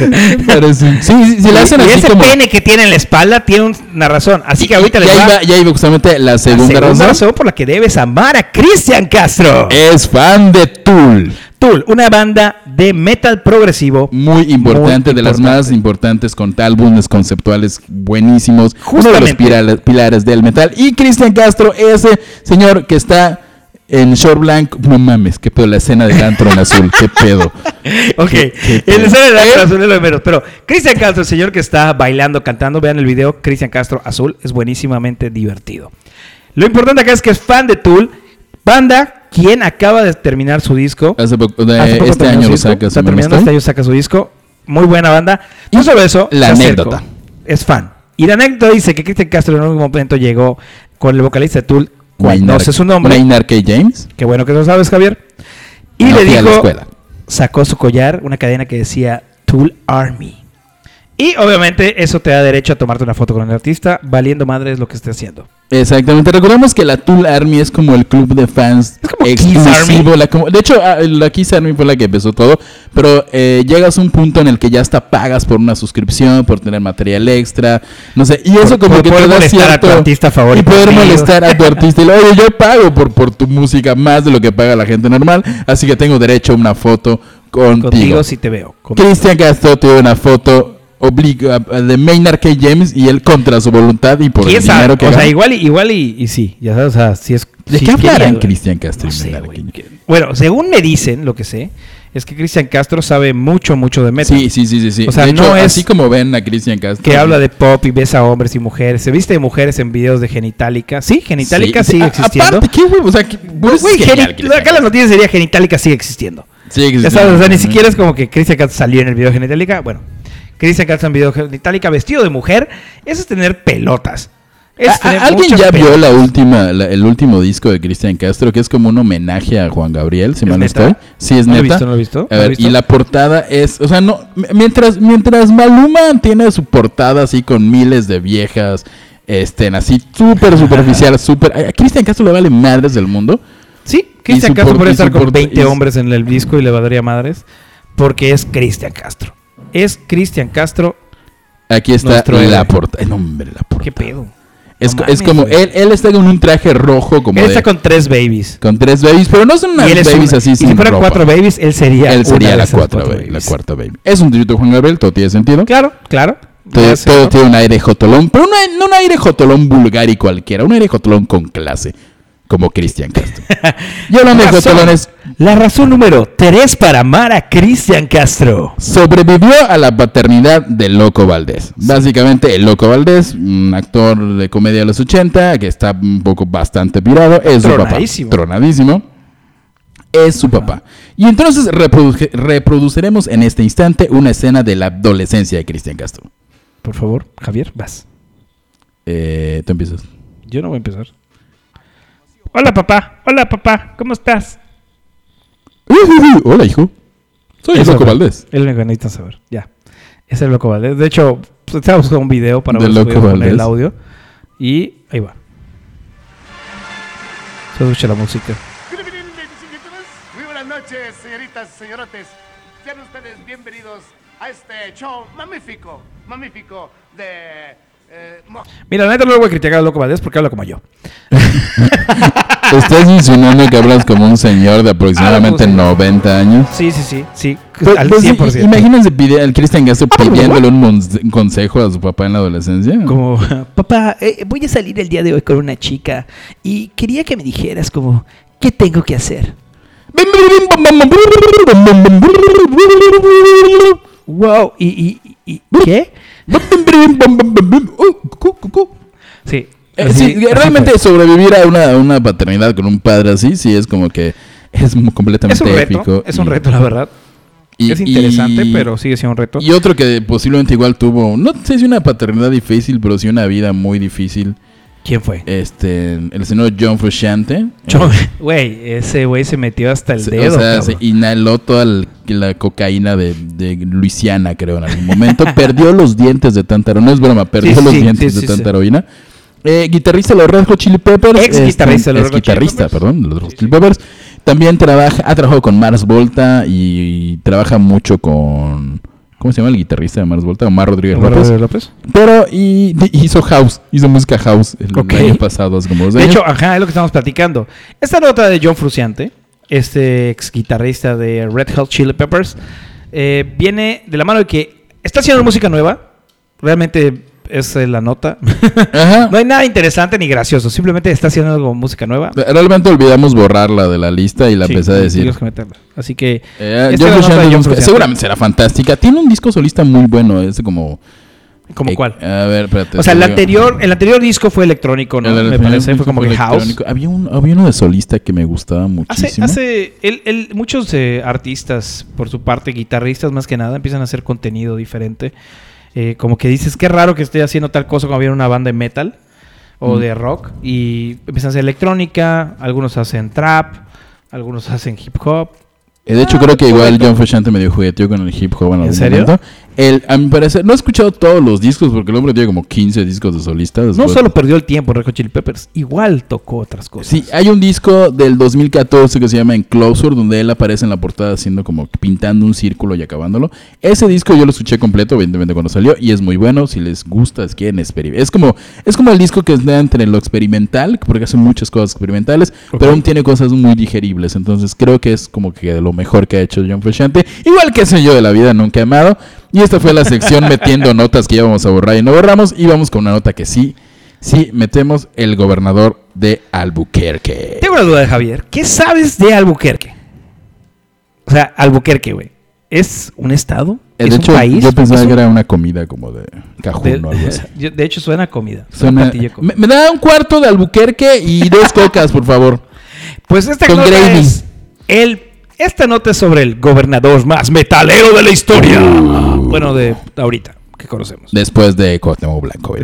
Sí, le hacen así ese como... pene que tiene en la espalda tiene una razón. Así que ahorita ya iba justamente la segunda razón por la que debes amar a Cristian Castro. Es fan de Tool. Tool, una banda de metal progresivo muy importante, de las más importantes, con álbumes conceptuales buenísimos, justamente uno de los pilares del metal. Y Cristian Castro, ese señor que está en short blanco, no mames, qué pedo, la escena del antro en azul, qué pedo. Ok, la escena del antro en azul es lo de menos, pero Cristian Castro, el señor que está bailando, cantando, vean el video, Cristian Castro azul, es buenísimamente divertido. Lo importante acá es que es fan de Tool, banda quien acaba de terminar su disco. Hace poco este año lo saca. Está terminando, este año saca su disco. Muy buena banda. Y sobre eso, la anécdota. Es fan. Y la anécdota dice que Cristian Castro en algún momento llegó con el vocalista de Tool, no sé su nombre. Maynard K. James. Qué bueno que lo sabes, Javier. Y le dijo, sacó su collar, una cadena que decía Tool Army. Y obviamente eso te da derecho a tomarte una foto con el artista, valiendo madre es lo que esté haciendo. Exactamente, recordemos que la Tool Army es como el club de fans exclusivo. De hecho, la Kiss Army fue la que empezó todo, pero llegas a un punto en el que ya hasta pagas por una suscripción, por tener material extra, no sé, y eso como que te da cierto... a tu artista favorito. Y poder molestar a tu artista y oye, yo pago por tu música más de lo que paga la gente normal, así que tengo derecho a una foto contigo. Si te veo. Cristian Castro tiene una foto de Maynard K. James y él contra su voluntad y por el dinero que gana. O sea, igual y sí, ya sabes, o sea, si es... ¿De qué hablarán Cristian Castro y Maynard K. James? Bueno, según me dicen, lo que sé, es que Cristian Castro sabe mucho de metal. Sí. O sea, de hecho, no es así como ven a Cristian Castro. Que habla de pop y besa a hombres y mujeres. Se viste de mujeres en videos de Genitalica. Sí, Genitalica sigue existiendo. Aparte, ¿qué güey? O sea, acá la noticia sería Genitalica sigue existiendo. Sigue existiendo. Ya sabes, o sea, ni siquiera es como que Cristian Castro salió en el video de Genitalica. Bueno, Cristian Castro en video Genitalica vestido de mujer. Eso es tener pelotas. ¿Alguien ya vio el último disco de Cristian Castro, que es como un homenaje a Juan Gabriel, si mal no estoy? Sí, es neta. ¿No lo he visto? A ver, y la portada es, o sea, no, mientras Maluma tiene su portada así con miles de viejas, así súper superficial, a Cristian Castro le vale madres del mundo. Sí, Cristian Castro puede estar con 20 hombres en el disco y le valdría madres, porque es Cristian Castro. Es Cristian Castro. Aquí está la portada. No, hombre, la portada. ¿Qué pedo? Es como, él está con un traje rojo como él está con 3 babies. Con 3 babies, pero no son unas babies así y sin si fueran ropa. 4 babies, él sería la cuarta baby. Es un tributo a Juan Gabriel, todo tiene sentido. Claro. Todo tiene un aire jotolón, pero no un aire jotolón vulgar y cualquiera, un aire jotolón con clase. Como Cristian Castro. Y hablando de jotolones, la razón número 3 para amar a Cristian Castro. Sobrevivió a la paternidad de Loco Valdés. Básicamente, el Loco Valdés, un actor de comedia de los 80, que está un poco bastante pirado, es su papá. Tronadísimo. Es su papá. Y entonces reproduciremos en este instante una escena de la adolescencia de Cristian Castro. Por favor, Javier, vas. Tú empiezas. Yo no voy a empezar. Hola papá, ¿cómo estás? Hola hijo, soy el Loco Valdés. Es lo único que necesitan saber, ya. Es el Loco Valdés. De hecho, estaba buscando un video para poner el audio. Y ahí va. Se escucha la música. Muy buenas noches, señoritas y señorotes. Sean ustedes bienvenidos a este show magnífico de... Mira, la neta no le voy a criticar al Loco Valdés porque habla como yo. ¿Estás insinuando que hablas como un señor de aproximadamente 90 años? Sí. Pues, Al pues, 100%. Imagínense al Cristian Castro pidiéndole un consejo a su papá en la adolescencia. Como, papá, voy a salir el día de hoy con una chica y quería que me dijeras como, ¿qué tengo que hacer? Wow, ¿y qué? Sí. Sí, realmente sobrevivir a una paternidad con un padre así, sí es como que es completamente épico. Es un reto, la verdad. Es interesante, pero sigue siendo un reto. Y otro que posiblemente igual tuvo, no sé si una paternidad difícil, pero sí una vida muy difícil. ¿Quién fue? El señor John Frusciante. Güey, ese güey se metió hasta el dedo. O sea, se inhaló toda la cocaína de Luisiana, creo, en algún momento. Perdió los dientes de tanta heroína. No es broma, perdió los dientes de tanta heroína. Guitarrista de los Red Hot Chili Peppers. Ex-guitarrista de los Red Hot Chili Peppers. También ha trabajado con Mars Volta y trabaja mucho con... ¿Cómo se llama el guitarrista de Mars Volta? Omar Rodríguez López. Pero hizo música house el año pasado, hace como 2 años. De hecho, es lo que estamos platicando. Esta nota de John Frusciante, ex guitarrista de Red Hot Chili Peppers, viene de la mano de que está haciendo música nueva. Realmente es la nota. Ajá. No hay nada interesante ni gracioso. Simplemente está haciendo algo música nueva. Realmente olvidamos borrarla de la lista y la empecé a decir. Que meterla. Así que seguramente será fantástica. Tiene un disco solista muy bueno. Es como... ¿Cómo cuál? A ver, espérate. O sea, el anterior disco fue electrónico, ¿no? Me parece, fue como que house. Había uno de solista que me gustaba muchísimo. Muchos artistas, por su parte, guitarristas más que nada, empiezan a hacer contenido diferente. Como que dices, qué raro que esté haciendo tal cosa como había una banda de metal o de rock. Y empiezan a hacer electrónica, algunos hacen trap, algunos hacen hip hop. De hecho, creo que igual John Frusciante medio jugueteó con el hip hop en algún momento. A mi parecer, no he escuchado todos los discos porque el hombre tiene como 15 discos de solista. No solo perdió el tiempo Red Hot Chili Peppers, igual tocó otras cosas. Sí, hay un disco del 2014 que se llama Enclosure, donde él aparece en la portada haciendo como pintando un círculo y acabándolo. Ese disco yo lo escuché completo, evidentemente cuando salió, y es muy bueno. Si les gusta, si quieren experimentar. Es como el disco que está entre lo experimental, porque hace muchas cosas experimentales, pero aún tiene cosas muy digeribles. Entonces creo que es como que de lo mejor que ha hecho John Frusciante. Igual que ese yo de la vida nunca he amado. Y esta fue la sección metiendo notas que ya vamos a borrar y no borramos. Y vamos con una nota que sí metemos: el gobernador de Albuquerque. Tengo una duda de Javier. ¿Qué sabes de Albuquerque? O sea, Albuquerque, güey. ¿Es un estado? ¿Es de hecho, un país? Yo pensaba que era una comida como de cajún o algo así. De hecho, suena a comida. Me da un cuarto de Albuquerque y 2 cocas, por favor. Pues esta nota es esta nota es sobre el gobernador más metalero de la historia. Bueno, de ahorita, que conocemos. Después de Cuauhtémoc Blanco.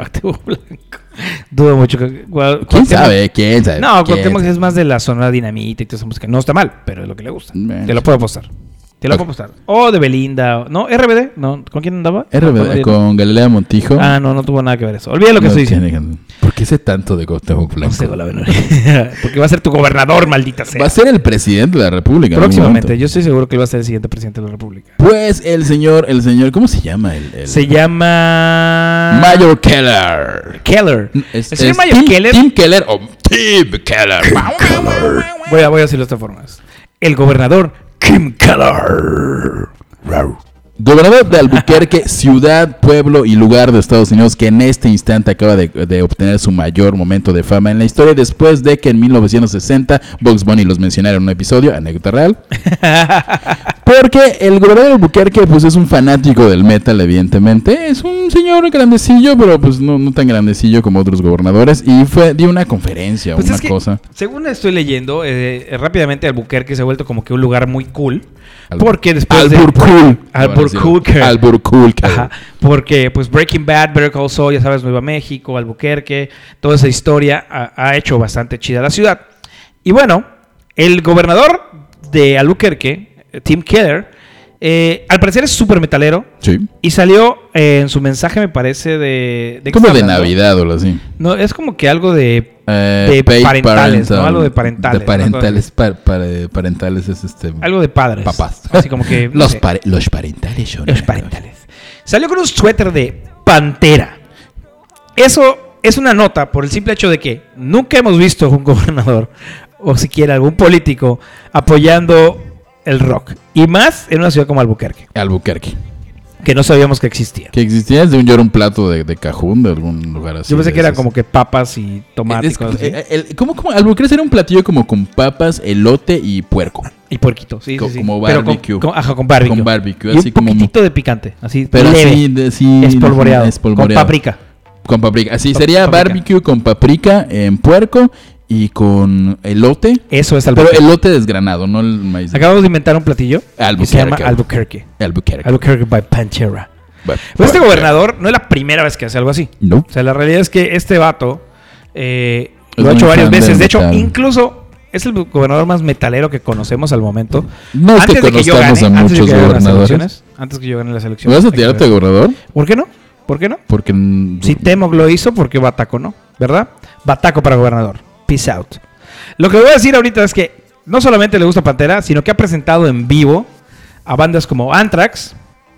Dudo mucho. ¿Quién sabe? No, Cuauhtémoc es más de la Sonora Dinamita y toda esa música. No está mal, pero es lo que le gusta. Te lo puedo apostar. O de Belinda. ¿No? ¿RBD? ¿No? ¿Con quién andaba? RBD, con Galilea Montijo. No tuvo nada que ver eso. Olvida lo que estoy diciendo. ¿Por qué sé tanto de Cuauhtémoc Blanco? No sé, la verdad. Porque va a ser tu gobernador, maldita sea. Va a ser el presidente de la República. Próximamente. Yo estoy seguro que él va a ser el siguiente presidente de la República. Pues el señor, ¿cómo se llama? Se llama... Mayor Keller. ¿El señor Mayor Keller? Tim Keller o Tim Keller. Voy a decirlo de esta forma. El gobernador Tim Keller. Gobernador de Albuquerque, ciudad, pueblo y lugar de Estados Unidos, que en este instante acaba de obtener su mayor momento de fama en la historia, después de que en 1960 Bugs Bunny los mencionara en un episodio, anécdota real. Porque el gobernador de Albuquerque pues es un fanático del metal, evidentemente. Es un señor grandecillo, pero pues no tan grandecillo como otros gobernadores. Y dio una conferencia, pues una cosa. Según estoy leyendo, rápidamente Albuquerque se ha vuelto como que un lugar muy cool. Porque después Albuquerque. Ajá, porque pues Breaking Bad, Better Call Saul, ya sabes, Nueva México, Albuquerque, toda esa historia ha hecho bastante chida la ciudad. Y bueno, el gobernador de Albuquerque, Tim Keller, al parecer es súper metalero. Sí. Y salió en su mensaje, me parece, de como de Navidad o algo así. No, es como que algo de parentales, ¿no? Algo de parentales. De parentales, parentales es algo de padres. Papás. Así como que... los parentales son... Los parentales. Salió con un suéter de Pantera. Eso es una nota por el simple hecho de que nunca hemos visto un gobernador o siquiera algún político apoyando el rock. Y más en una ciudad como Albuquerque. Que no sabíamos que existía. Que existía, según yo, era un plato de cajún de algún lugar así. Yo pensé que eran como que papas y tomate y cosas así. ¿Cómo? Albuquerque era un platillo como con papas, elote y puerco. Y puerquito, sí. Como barbecue. Con barbecue. Con barbecue, y así un como... poquitito de picante, así pero leve. sí, espolvoreado. Con paprika. Con paprika. Así sería barbecue con paprika en puerco y con elote. Eso es Albuquerque. Pero elote desgranado, no el maíz. Acabamos de inventar un platillo que se llama Albuquerque. Albuquerque by Pantera. Bueno, Pero este gobernador no es la primera vez que hace algo así. No. O sea, la realidad es que este vato lo ha hecho varias veces. De hecho, incluso es el gobernador más metalero que conocemos al momento. No es que conozcamos a muchos gobernadores. Antes que yo gane las elecciones. ¿Vas a tirarte de gobernador? ¿Por qué no? Porque si Temoc lo hizo, ¿por qué Bataco no? ¿Verdad? Bataco para gobernador. Peace out. Lo que voy a decir ahorita es que no solamente le gusta Pantera, sino que ha presentado en vivo a bandas como Anthrax.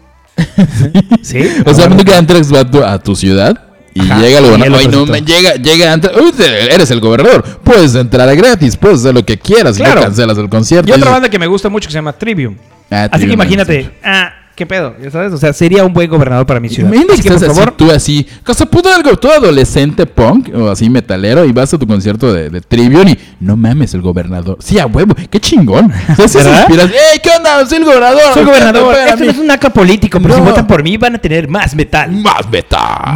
¿Sí? O sea, que Anthrax va a tu ciudad y llega el gobernador. Ay, no, llega Anthrax. Eres el gobernador. Puedes entrar gratis, puedes hacer lo que quieras. Claro. No cancelas el concierto. Y otra banda que me gusta mucho que se llama Trivium. Así que imagínate. ¿Qué pedo? ¿Ya sabes? O sea, sería un buen gobernador para mi ciudad. Imagínate que estás así, tú así, tú adolescente punk o así metalero y vas a tu concierto de Trivium y no mames, el gobernador. Sí, a huevo, qué chingón. Entonces inspiras, ¡ey, qué onda! Soy el gobernador. Soy gobernador. Esto no es un acto político, pero si votan por mí van a tener más metal. Más metal.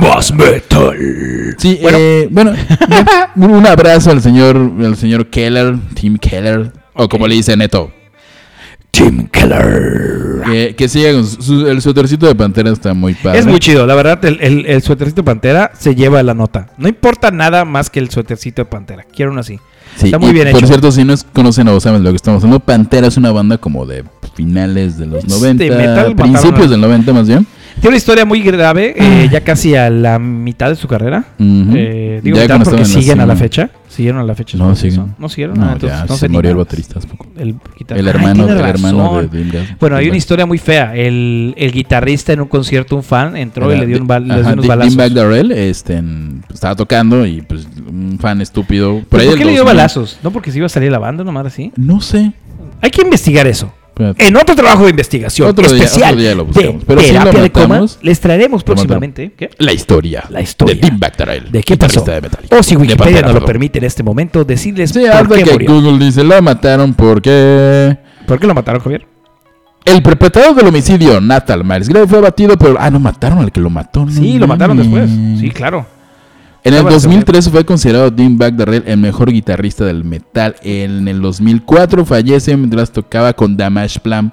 Sí, bueno. Un abrazo al señor Keller, Tim Keller, o como le dice Neto. Tim Keller. Que siga con el suétercito de Pantera, está muy padre. Es muy chido, la verdad, el suétercito de Pantera se lleva la nota. No importa nada más que el suétercito de Pantera. Quiero uno así. Sí, está muy bien hecho. Por cierto, si no conocen o saben de lo que estamos hablando, Pantera es una banda como de finales de los 90, principios del 90 más bien. Tiene una historia muy grave, ya casi a la mitad de su carrera. Digo mitad porque siguen a la fecha. ¿Siguieron a la fecha? No, siguen. ¿No siguieron? No, entonces, ya, no se murió el baterista hace poco. El hermano de Dimebag. Bueno, hay una historia muy fea. El guitarrista en un concierto, un fan, entró y le dio unos balazos. Dimebag Darrell estaba tocando y pues un fan estúpido. ¿Por qué le dio balazos? ¿No porque se iba a salir la banda nomás así? No sé. Hay que investigar eso. En otro trabajo de investigación especial día lo buscamos. Pero terapia si de coma, les traeremos próximamente ¿qué? La historia de Dimebag Darrell. ¿De qué pasó? O si Wikipedia nos lo permite en este momento, decirles por qué que murió. Google dice, lo mataron porque... ¿Por qué lo mataron, Javier? El perpetrador del homicidio, Nathal Miles Gray, fue abatido por... no mataron al que lo mató. Sí, lo mataron después. Sí, claro. En el 2003 fue considerado Dimebag Darrell el mejor guitarrista del metal. En el 2004 fallece mientras tocaba con Damage Plan,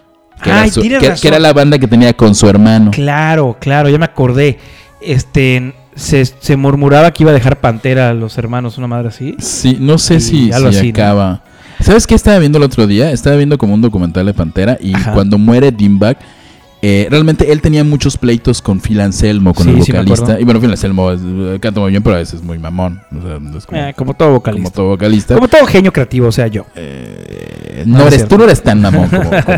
que era la banda que tenía con su hermano. Claro, ya me acordé. Se murmuraba que iba a dejar Pantera a los hermanos, una madre así. Sí, no sé si acaba. ¿No? ¿Sabes qué estaba viendo el otro día? Estaba viendo como un documental de Pantera y cuando muere Dimebag, realmente él tenía muchos pleitos con Phil Anselmo, con el vocalista. Y bueno, Phil Anselmo canta muy bien, pero a veces es muy mamón. O sea, es como todo vocalista. Como todo vocalista. Como todo genio creativo, o sea, yo. Tú no eres tan mamón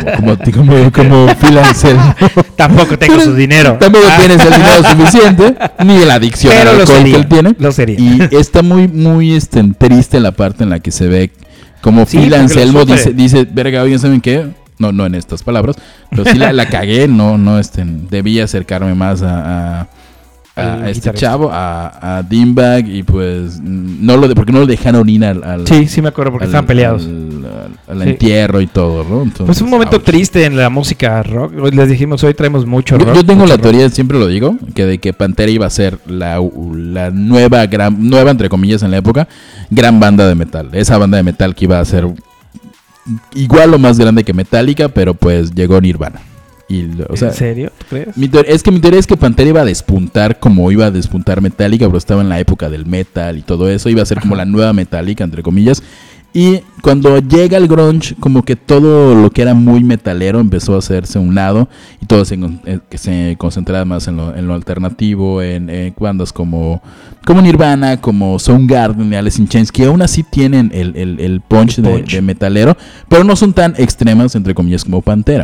como Phil Anselmo. Tampoco tengo su dinero. Tampoco tienes el dinero suficiente, ni la adicción al alcohol que él tiene. Lo sería. Y está muy triste la parte en la que se ve como Phil Anselmo dice, verga, oigan, ¿saben qué? No en estas palabras, pero sí la cagué, debía acercarme más a este chavo, a Dimebag, y pues porque no lo dejaron ir al sí me acuerdo, porque estaban peleados al entierro y todo, ¿no? Entonces, pues un momento triste en la música rock. Les dijimos, hoy traemos mucho rock. Yo tengo la teoría, siempre lo digo, de que Pantera iba a ser la nueva entre comillas en la época, gran banda de metal, esa banda de metal que iba a ser igual o más grande que Metallica, pero pues llegó Nirvana. ¿En serio? ¿Tú crees? Mi teoría es que Pantera iba a despuntar como iba a despuntar Metallica, pero estaba en la época del metal y todo eso. Iba a ser como la nueva Metallica, entre comillas. Y cuando llega el grunge, como que todo lo que era muy metalero empezó a hacerse a un lado y todo se concentraba más en lo alternativo, en bandas como Nirvana, como Soundgarden y Alice in Chains, que aún así tienen el punch de metalero, pero no son tan extremas, entre comillas, como Pantera.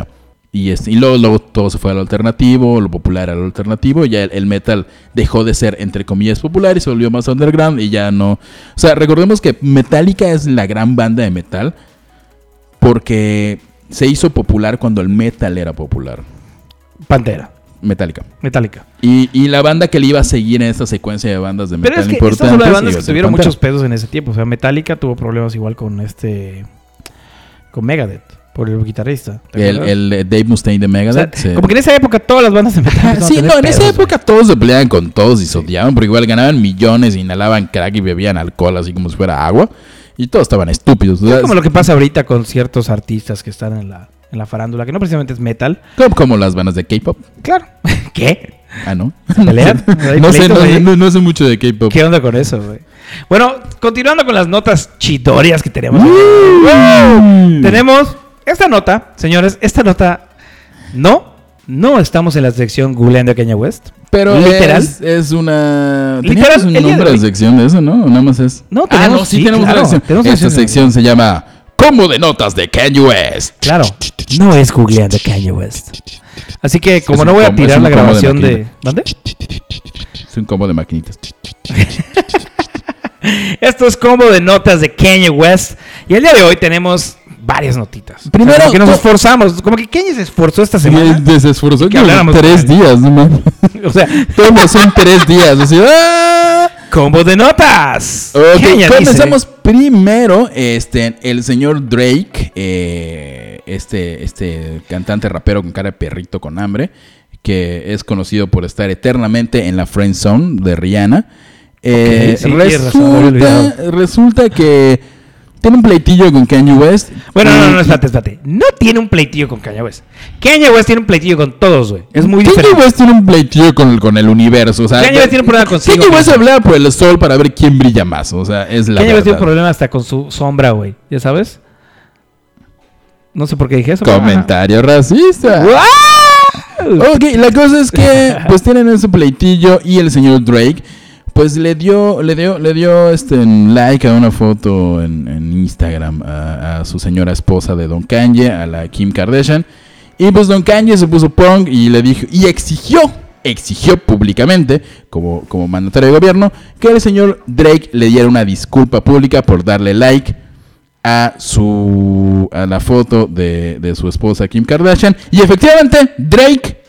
Y luego todo se fue al alternativo, lo popular al alternativo, y ya el metal dejó de ser, entre comillas, popular y se volvió más underground y ya no... O sea, recordemos que Metallica es la gran banda de metal porque se hizo popular cuando el metal era popular. Pantera. Metallica. Y la banda que le iba a seguir en esta secuencia de bandas de metal pero es que importantes... estas son las bandas que tuvieron muchos pedos en ese tiempo. O sea, Metallica tuvo problemas igual con con Megadeth. Por el guitarrista. El Dave Mustaine de Megadeth. O sea, como que en esa época todas las bandas de metal. Sí, no, en esa época todos se peleaban con todos y se odiaban, porque igual ganaban millones, inhalaban crack y bebían alcohol así como si fuera agua. Y todos estaban estúpidos. Es como lo que pasa ahorita con ciertos artistas que están en la farándula, que no precisamente es metal. Como las bandas de K-pop. Claro. ¿Qué? Ah, ¿no? ¿Se pelean? No sé mucho de K-pop. ¿Qué onda con eso, güey? Bueno, continuando con las notas chidorias que tenemos. Tenemos... Esta nota, señores, no estamos en la sección googleando a Kanye West. Pero literal es una... Literal, ¿Teníamos un nombre de sección de eso, no? ¿O nada más es? No, tenemos, tenemos una sección. Esta sección se llama Combo de Notas de Kanye West. Claro, no es googleando a Kanye West. Así que como no voy a tirar la grabación de... ¿Dónde? Es un combo de maquinitas. Esto es Combo de Notas de Kanye West. Y el día de hoy tenemos... varias notitas. Primero, como que nos esforzamos. Como que Kanye se esforzó esta semana. Se esforzó que habláramos 3 días, no mames. O sea, todos son 3 días. Así, ¡ah! Combo de notas. Okay, comenzamos primero. El señor Drake, este cantante rapero con cara de perrito con hambre, que es conocido por estar eternamente en la friend zone de Rihanna. Sí, resulta que tiene un pleitillo con Kanye West. Bueno, no, espérate. No tiene un pleitillo con Kanye West. Kanye West tiene un pleitillo con todos, güey. Es muy diferente. Kanye West tiene un pleitillo con el universo. O sea, Kanye West tiene un problema consigo. Kanye West habla por el sol para ver quién brilla más. O sea, es la Kanye West verdad. tiene un problema hasta con su sombra, güey. ¿Ya sabes? No sé por qué dije eso. Comentario racista. Ok, la cosa es que pues tienen ese pleitillo y el señor Drake pues le dio like a una foto en Instagram a su señora esposa de Don Kanye, a la Kim Kardashian. Y pues Don Kanye se puso punk y le dijo, y exigió públicamente, como mandatario de gobierno, que el señor Drake le diera una disculpa pública por darle like a la foto de su esposa Kim Kardashian. Y efectivamente, Drake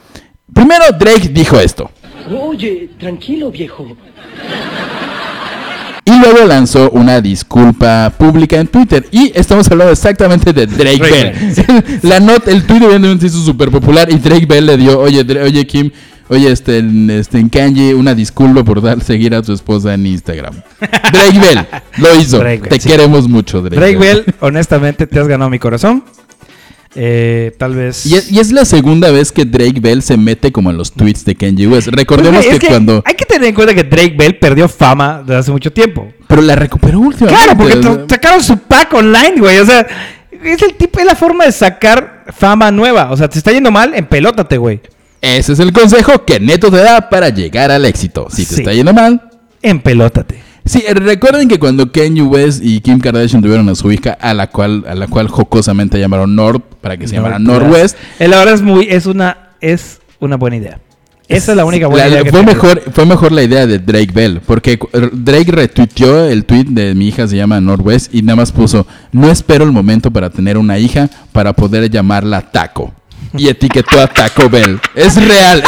dijo esto. Oye, tranquilo, viejo. Y luego lanzó una disculpa pública en Twitter. Y estamos hablando exactamente de Drake Bell. El tweet evidentemente se hizo súper popular. Y Drake Bell le dio, oye Kim, en Kanye, una disculpa por seguir a tu esposa en Instagram. Drake Bell lo hizo. Te queremos mucho, Drake Bell, honestamente, te has ganado mi corazón. Tal vez. Y es la segunda vez que Drake Bell se mete como en los tweets de Kanye West. Recordemos que cuando. Hay que tener en cuenta que Drake Bell perdió fama desde hace mucho tiempo. Pero la recuperó últimamente. Claro, porque sacaron su pack online, güey. O sea, es la forma de sacar fama nueva. O sea, te está yendo mal, empelótate, güey. Ese es el consejo que Neto te da para llegar al éxito. Si te está yendo mal, empelótate. Sí, recuerden que cuando Kanye West y Kim Kardashian tuvieron a su hija, a la cual jocosamente llamaron Nord, para que se llamara Northwest. La verdad es una buena idea. Esa es la única buena idea que fue mejor la idea de Drake Bell, porque Drake retuiteó el tweet de mi hija se llama Northwest y nada más puso, no espero el momento para tener una hija para poder llamarla Taco. Y etiquetó a Taco Bell. Es real.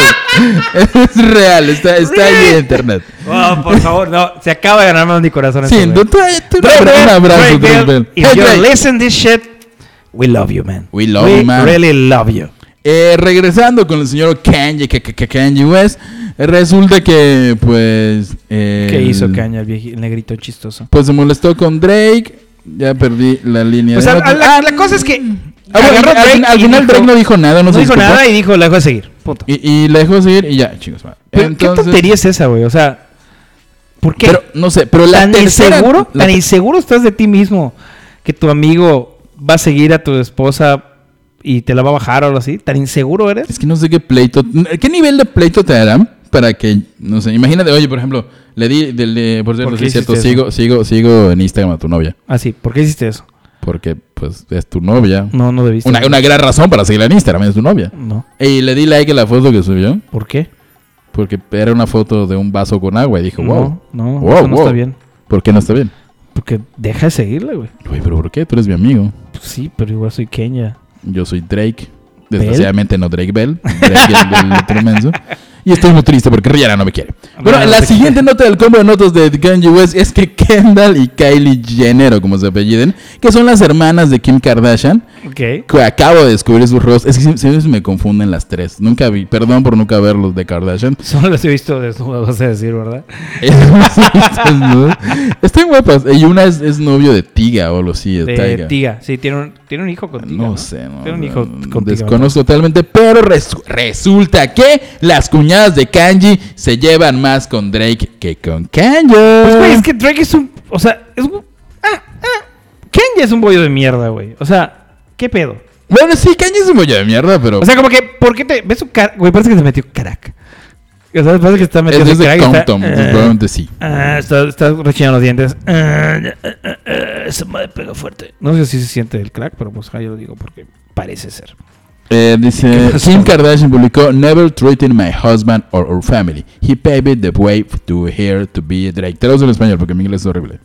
Es real. Está ahí en internet. Oh, por favor, no. Se acaba de ganar más mi corazón. Sí, tú un abrazo, Drake Bell. If you listen this shit, we love you, man. We love you, man. Really love you. Regresando con el señor Kanye West, resulta que, pues... ¿Qué hizo Kanye, el negrito chistoso? Pues se molestó con Drake. Ya perdí la línea. Pues la cosa es que... Al final Drake no dijo nada. No dijo nada y dijo, la dejó de seguir. Punto. Y la dejó de seguir y ya, chicos. Pero ¿qué tontería es esa, güey? O sea, ¿por qué? Pero, no sé, pero tan inseguro estás de ti mismo que tu amigo va a seguir a tu esposa y te la va a bajar o algo así. ¿Tan inseguro eres? Es que no sé qué pleito... ¿Qué nivel de pleito te harán para que... No sé, imagínate, oye, por ejemplo, le di... por cierto, sí es cierto, sigo en Instagram a tu novia. Ah, sí. ¿Por qué hiciste eso? Porque, pues, es tu novia. No debiste. Una gran razón para seguirla en Instagram, es tu novia. No. Y le di like a la foto que subió. ¿Por qué? Porque era una foto de un vaso con agua y dije, wow. No, eso no está bien. ¿Por qué no está bien? Porque deja de seguirle, güey. Güey, ¿pero por qué? Tú eres mi amigo. Pues sí, pero igual soy Kenya. Yo soy Drake. Desgraciadamente no Drake Bell. Drake el otro menso. Y estoy muy triste porque Rihanna no me quiere. Bueno, la siguiente nota del combo de notas de Kanye West es que Kendall y Kylie Jenner, como se apelliden, que son las hermanas de Kim Kardashian, que acabo de descubrir sus rostros. Es que siempre se me confunden las tres. Nunca vi, perdón por nunca verlos de Kardashian. Solo las he visto desnudas, vas a decir, ¿verdad? Están guapas. Y una es novio de Tiga o algo así. De Tiga, sí, tiene un hijo con Tiga. No sé, no. Tiene un hijo con Tiga. Desconozco totalmente, pero resulta que las cuñadas de Kanye se llevan más con Drake que con Kanye. Pues, güey, es que Drake es un... O sea, es un... Kanye es un bollo de mierda, güey. O sea, ¿qué pedo? Bueno, sí, Kanye es un bollo de mierda, pero... O sea, como que... ¿Por qué te... ¿Ves su cara? Güey, parece que se metió crack. O sea, parece que está metiendo es de crack. Compton, probablemente sí. Está rechinando los dientes. Esa madre pega fuerte. No sé si se siente el crack, pero pues yo lo digo porque parece ser. Dice, Kim Kardashian publicó Never treating my husband or our family. He paved the way to here to be Drake. Te lo uso en español porque mi inglés es horrible.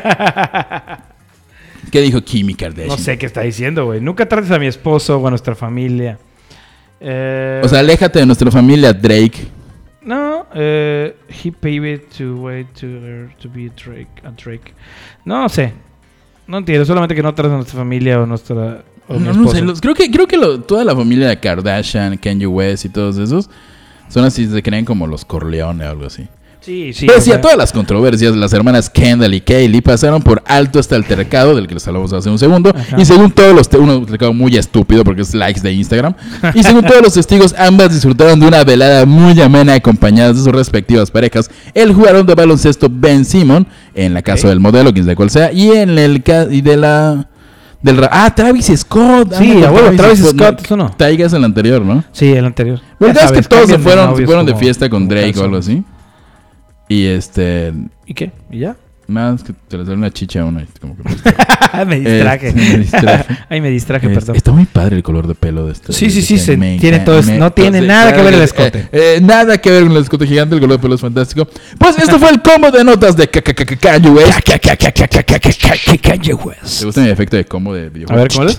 ¿Qué dijo Kim Kardashian? No sé qué está diciendo, güey. Nunca trates a mi esposo o a nuestra familia. O sea, aléjate de nuestra familia, Drake. No, he paved the way to be Drake. No sé. No entiendo. Solamente que no trates a nuestra familia o nuestra... No sé, creo que toda la familia de Kardashian, Kanye West y todos esos son así, se creen como los Corleone o algo así. Sí. Pero sí, a todas las controversias, las hermanas Kendall y Kylie pasaron por alto este altercado del que les hablamos hace un segundo. Ajá. Y según todos los un altercado muy estúpido porque es likes de Instagram. Y según todos los testigos, ambas disfrutaron de una velada muy amena acompañadas de sus respectivas parejas. El jugador de baloncesto Ben Simmons, en la casa del modelo, quien sea cual sea, y en el y de la... Travis Scott. Sí, abuelo, Travis Scott, eso no. Taiga es el anterior, ¿no? Sí, el anterior. ¿Verdad es que todos se fueron de fiesta con Drake o algo así? Y ¿Y qué? ¿Y ya? Nada, es que te le sale una chicha a uno y como que... me distraje. Ay, me distraje, perdón. Está muy padre el color de pelo de este. Sí, tiene todo eso. No tiene nada que ver el escote. Nada que ver con el escote gigante, el color de pelo es fantástico. Pues esto fue el combo de notas de Kanye West. Kanye West. ¿Te gusta mi efecto de combo de videojuego? A ver, ¿cómo es?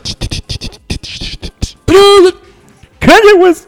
Kanye West.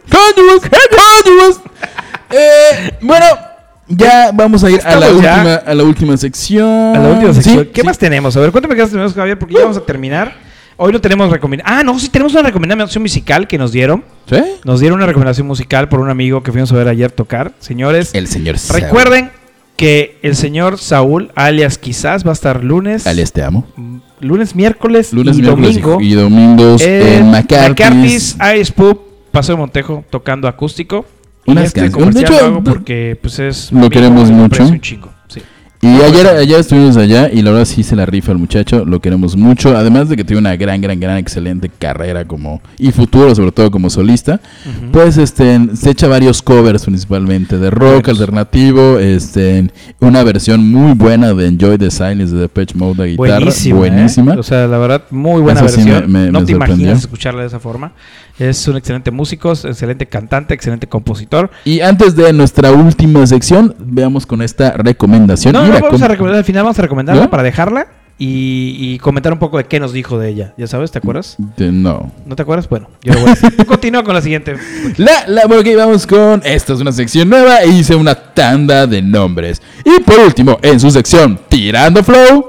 Bueno... Ya vamos a ir a la última sección. A la última sección. ¿Sí? ¿Qué más tenemos? A ver, cuéntame qué más tenemos, Javier, porque ya vamos a terminar. Hoy no tenemos recomendación. Sí, tenemos una recomendación musical que nos dieron. ¿Sí? Nos dieron una recomendación musical por un amigo que fuimos a ver ayer tocar. Señores, el señor Saúl. Recuerden que el señor Saúl, alias Quizás, va a estar lunes. Alias Te Amo. Miércoles y domingo. Y domingos en McCarthy's Ice Pub, Paso de Montejo, tocando acústico. Unas canciones. De hecho, porque pues es lo queremos mucho. Un chico, sí. Y ayer estuvimos allá y la verdad sí se la rifa el muchacho, lo queremos mucho, además de que tiene una gran, excelente carrera y futuro, sobre todo como solista. Uh-huh. Pues se echa varios covers principalmente de rock alternativo, una versión muy buena de Enjoy the Silence de Depeche Mode de guitarra, buenísima. O sea, la verdad, muy buena versión. Sí me te imaginas escucharla de esa forma. Es un excelente músico, excelente cantante, excelente compositor. Y antes de nuestra última sección, veamos con esta recomendación. Vamos a recomendar, al final vamos a recomendarla, ¿no? Para dejarla y comentar un poco de qué nos dijo de ella. ¿Ya sabes? ¿Te acuerdas? No. ¿No te acuerdas? Bueno, yo lo voy a decir. Continúa con la siguiente. Ok, vamos con... Esta es una sección nueva e hice una tanda de nombres. Y por último, en su sección Tirando Flow...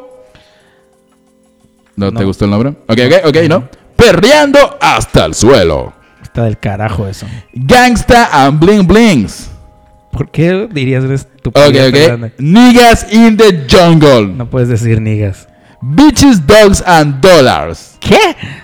¿No te gustó el nombre? Ok, no. Perreando hasta el suelo. Está del carajo eso. Gangsta and Bling Blings. ¿Por qué dirías esto? Ok. Niggas in the jungle. No puedes decir niggas. Bitches, dogs and dollars. ¿Qué?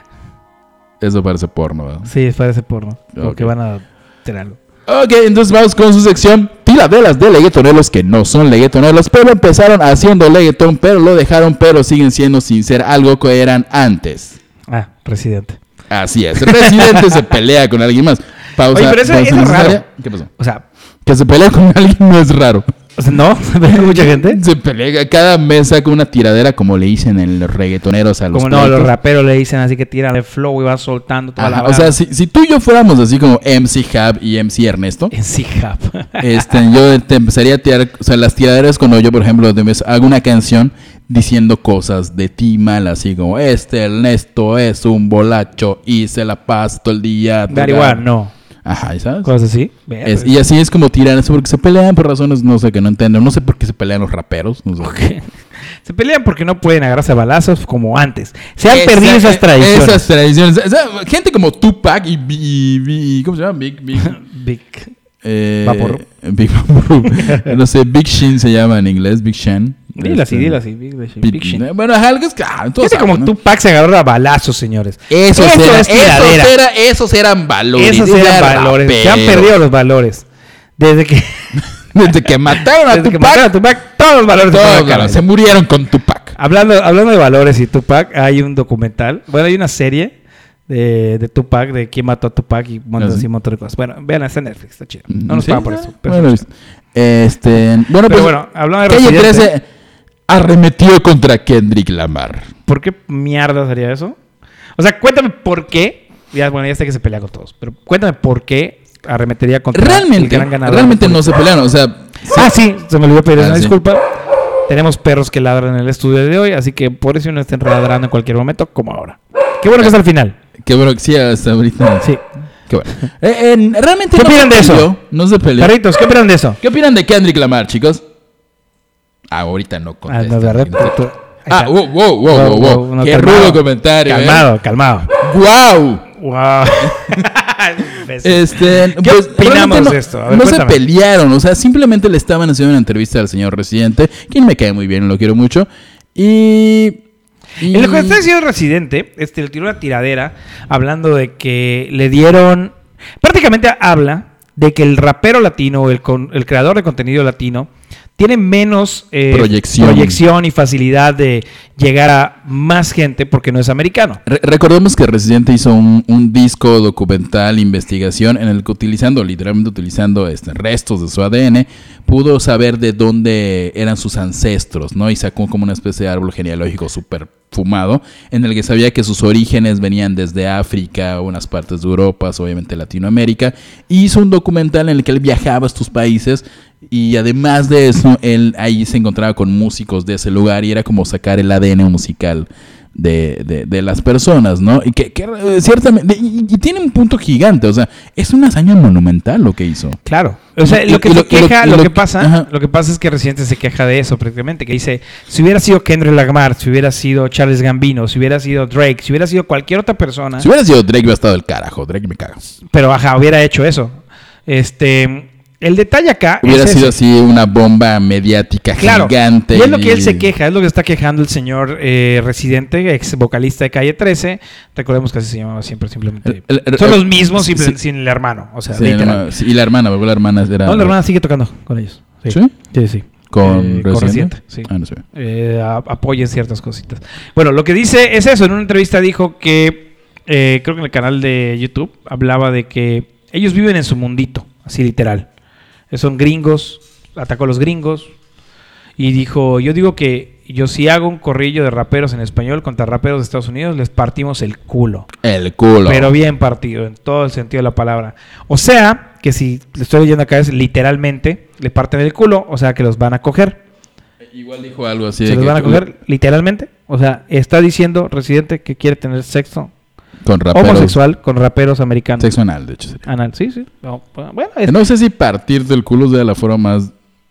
Eso parece porno, ¿verdad? Sí, parece porno. Porque van a hacer algo. Ok, entonces vamos con su sección Tiraderas de leguetoneros que no son leguetoneros, pero empezaron haciendo leguetón, pero lo dejaron, pero siguen siendo sin ser algo que eran antes. Residente. Así es. Residente se pelea con alguien más. Pausa. Oye, pero eso es raro. ¿Qué pasó? O sea, que se pelea con alguien no es raro. O sea, ¿no? ¿Se pelea con mucha gente? Se pelea. Cada mes saca una tiradera, como le dicen en los reggaetoneros a los Como no, pleitos. los raperos le dicen así que tiran el flow y van soltando toda Ajá, la o sea, barra. si tú y yo fuéramos así como MC Hub y MC Ernesto, En C-Hub. yo te empezaría a tirar, o sea, las tiraderas cuando yo, por ejemplo, hago una canción diciendo cosas de ti mal, así como, Ernesto es un bolacho y se la pasa todo el día. Igual, no. Ajá, ¿sabes? Cosas así. Y así es como tiran eso, porque se pelean por razones, no sé, que no entiendo. No sé por qué se pelean los raperos. No sé. Se pelean porque no pueden agarrarse a balazos como antes. Se han perdido esas tradiciones. Esas tradiciones. O sea, gente como Tupac y ¿cómo se llama? Big Vaporru. Big Vaporru. No sé, Big Shin se llama en inglés, Big Shan. Dila así. Big Shin. Bueno, algo es que todos Gente como saben, ¿no? Tupac se agarró a balazos, señores. Esos eran valores. Esos eran valores. Se han perdido los valores. Desde que mataron a Tupac, todos los valores se murieron con Tupac. Hablando de valores y Tupac, hay un documental. Bueno, hay una serie de Tupac, de quién mató a Tupac y un montón de cosas. Bueno, vean, está en Netflix, está chido. No nos pagan por eso. Bueno, hablando de Calle Residente, 13 arremetió contra Kendrick Lamar. ¿por qué mierda sería eso? O sea, cuéntame por qué. Ya sé que se pelea con todos, pero cuéntame por qué arremetería contra el gran ganador. Realmente no se pelearon, o sea... Sí, se me olvidó pedir una sí. disculpa. Tenemos perros que ladran en el estudio de hoy, así que por eso no estén ladrando en cualquier momento, como ahora. Qué bueno que es al final. Qué bueno que sí, hasta ahorita. Sí. Qué bueno. Realmente ¿Qué opinan de eso? No se peleó. Perritos, ¿qué opinan de eso? ¿Qué opinan de Kendrick Lamar, chicos? Ahorita no contesta. No, ¿verdad? Wow. No, Qué calmado, rudo comentario. Calmado. Wow. ¿Qué opinamos de esto? A ver, no cuéntame. se pelearon, o sea, simplemente le estaban haciendo una entrevista al señor Residente, quien me cae muy bien, lo quiero mucho. En lo que está diciendo Residente, le tiró una tiradera hablando de que le dieron... Prácticamente habla de que el rapero latino, el creador de contenido latino, tiene menos proyección y facilidad de llegar a más gente porque no es americano. Recordemos que Residente hizo un disco documental, investigación, en el que literalmente utilizando restos de su ADN, pudo saber de dónde eran sus ancestros, ¿no? Y sacó como una especie de árbol genealógico súper fumado, en el que sabía que sus orígenes venían desde África, unas partes de Europa, obviamente Latinoamérica, y hizo un documental en el que él viajaba a estos países, y además de eso, él ahí se encontraba con músicos de ese lugar, y era como sacar el ADN musical de las personas, ¿no? Y que ciertamente, y tiene un punto gigante, o sea, es una hazaña monumental lo que hizo. Claro. O sea, lo que pasa es que Residente se queja de eso prácticamente, que dice, si hubiera sido Kendrick Lamar, si hubiera sido Charles Gambino, si hubiera sido Drake, si hubiera sido cualquier otra persona... Si hubiera sido Drake, hubiera estado del carajo, Drake me caga. Pero hubiera hecho eso. El detalle acá hubiera es sido ese. así una bomba mediática gigante. Y es lo que él se queja, es lo que está quejando el señor Residente, ex vocalista de Calle 13. Recordemos que así se llamaba siempre, simplemente. Son los mismos, sin el hermano. O sea, literal. Y la hermana era... No, la hermana sigue tocando con ellos. ¿Sí? Sí. ¿Con Residente? Sí. No sé. Apoyen ciertas cositas. Bueno, lo que dice es eso. En una entrevista dijo que, creo que en el canal de YouTube, hablaba de que ellos viven en su mundito, así literal. Son gringos, atacó a los gringos y dijo, yo digo que yo si hago un corrillo de raperos en español contra raperos de Estados Unidos, les partimos el culo. El culo. Pero bien partido, en todo el sentido de la palabra. O sea, que si le estoy leyendo acá es literalmente, le parten el culo, o sea que los van a coger. Igual dijo algo así. ¿Se los van a coger literalmente? O sea, está diciendo Residente que quiere tener sexo con raperos, homosexual con raperos americanos. Sexo anal, de hecho. Sería. Anal, sí. No, bueno, no sé si partir del culo sea la forma más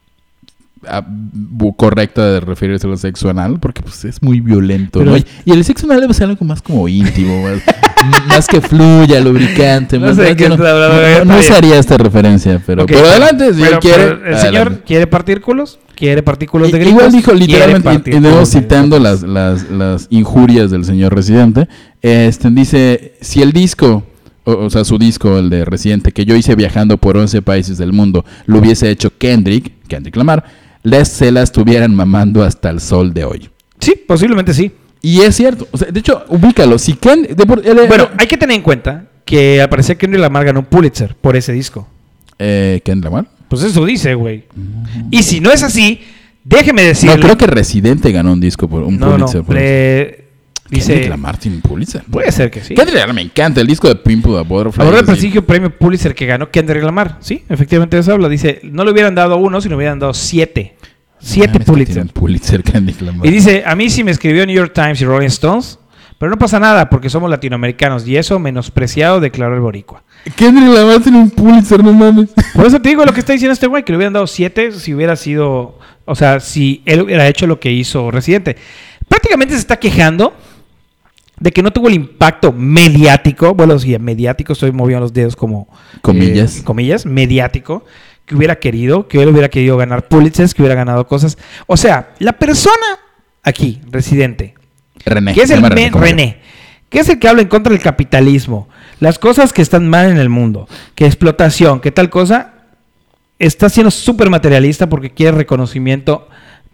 correcta de referirse al sexo anal, porque pues es muy violento, pero, ¿no? Y el sexo anal debe ser algo más como íntimo, más que fluya, lubricante. No sé qué no usaría esta referencia, pero adelante, si él quiere. El señor quiere partir culos, quiere partir culos de gringos. Igual dijo literalmente, y citando las injurias del señor Residente, dice, si el disco, o sea, su disco, el de Residente, que yo hice viajando por 11 países del mundo, lo hubiese hecho Kendrick Lamar, se la estuvieran mamando hasta el sol de hoy. Sí, posiblemente sí. Y es cierto. O sea, de hecho, ubícalo. Si bueno, hay que tener en cuenta que al parecer Kendrick Lamar ganó un Pulitzer por ese disco. ¿Kendrick Lamar? Pues eso dice, güey. Y si no es así, déjeme decirle... No, creo que Residente ganó un disco por un Pulitzer. Dice... Kendrick Lamar tiene un Pulitzer. Puede ser que sí. Kendrick Lamar me encanta. El disco de Pimp a Butterfly. Ahora el prestigio premio Pulitzer que ganó Kendrick Lamar. Sí, efectivamente eso habla. Dice, no le hubieran dado 1, sino le hubieran dado 7. 7 Pulitzer. Pulitzer Kendrick Lamar. Y dice, a mí sí me escribió New York Times y Rolling Stones, pero no pasa nada porque somos latinoamericanos y eso menospreciado, declaró el boricua. Kendrick Lamar tiene un Pulitzer, no mames. Por eso te digo lo que está diciendo este güey, que le hubieran dado 7 si hubiera sido... O sea, si él hubiera hecho lo que hizo Residente. Prácticamente se está quejando de que no tuvo el impacto mediático, bueno, sí, mediático, estoy moviendo los dedos como... comillas, mediático, que hubiera querido, que él hubiera querido ganar Pulitzers, que hubiera ganado cosas. O sea, la persona aquí, Residente, René, que es René, que es el que habla en contra del capitalismo, las cosas que están mal en el mundo, que explotación, que tal cosa, está siendo súper materialista porque quiere reconocimiento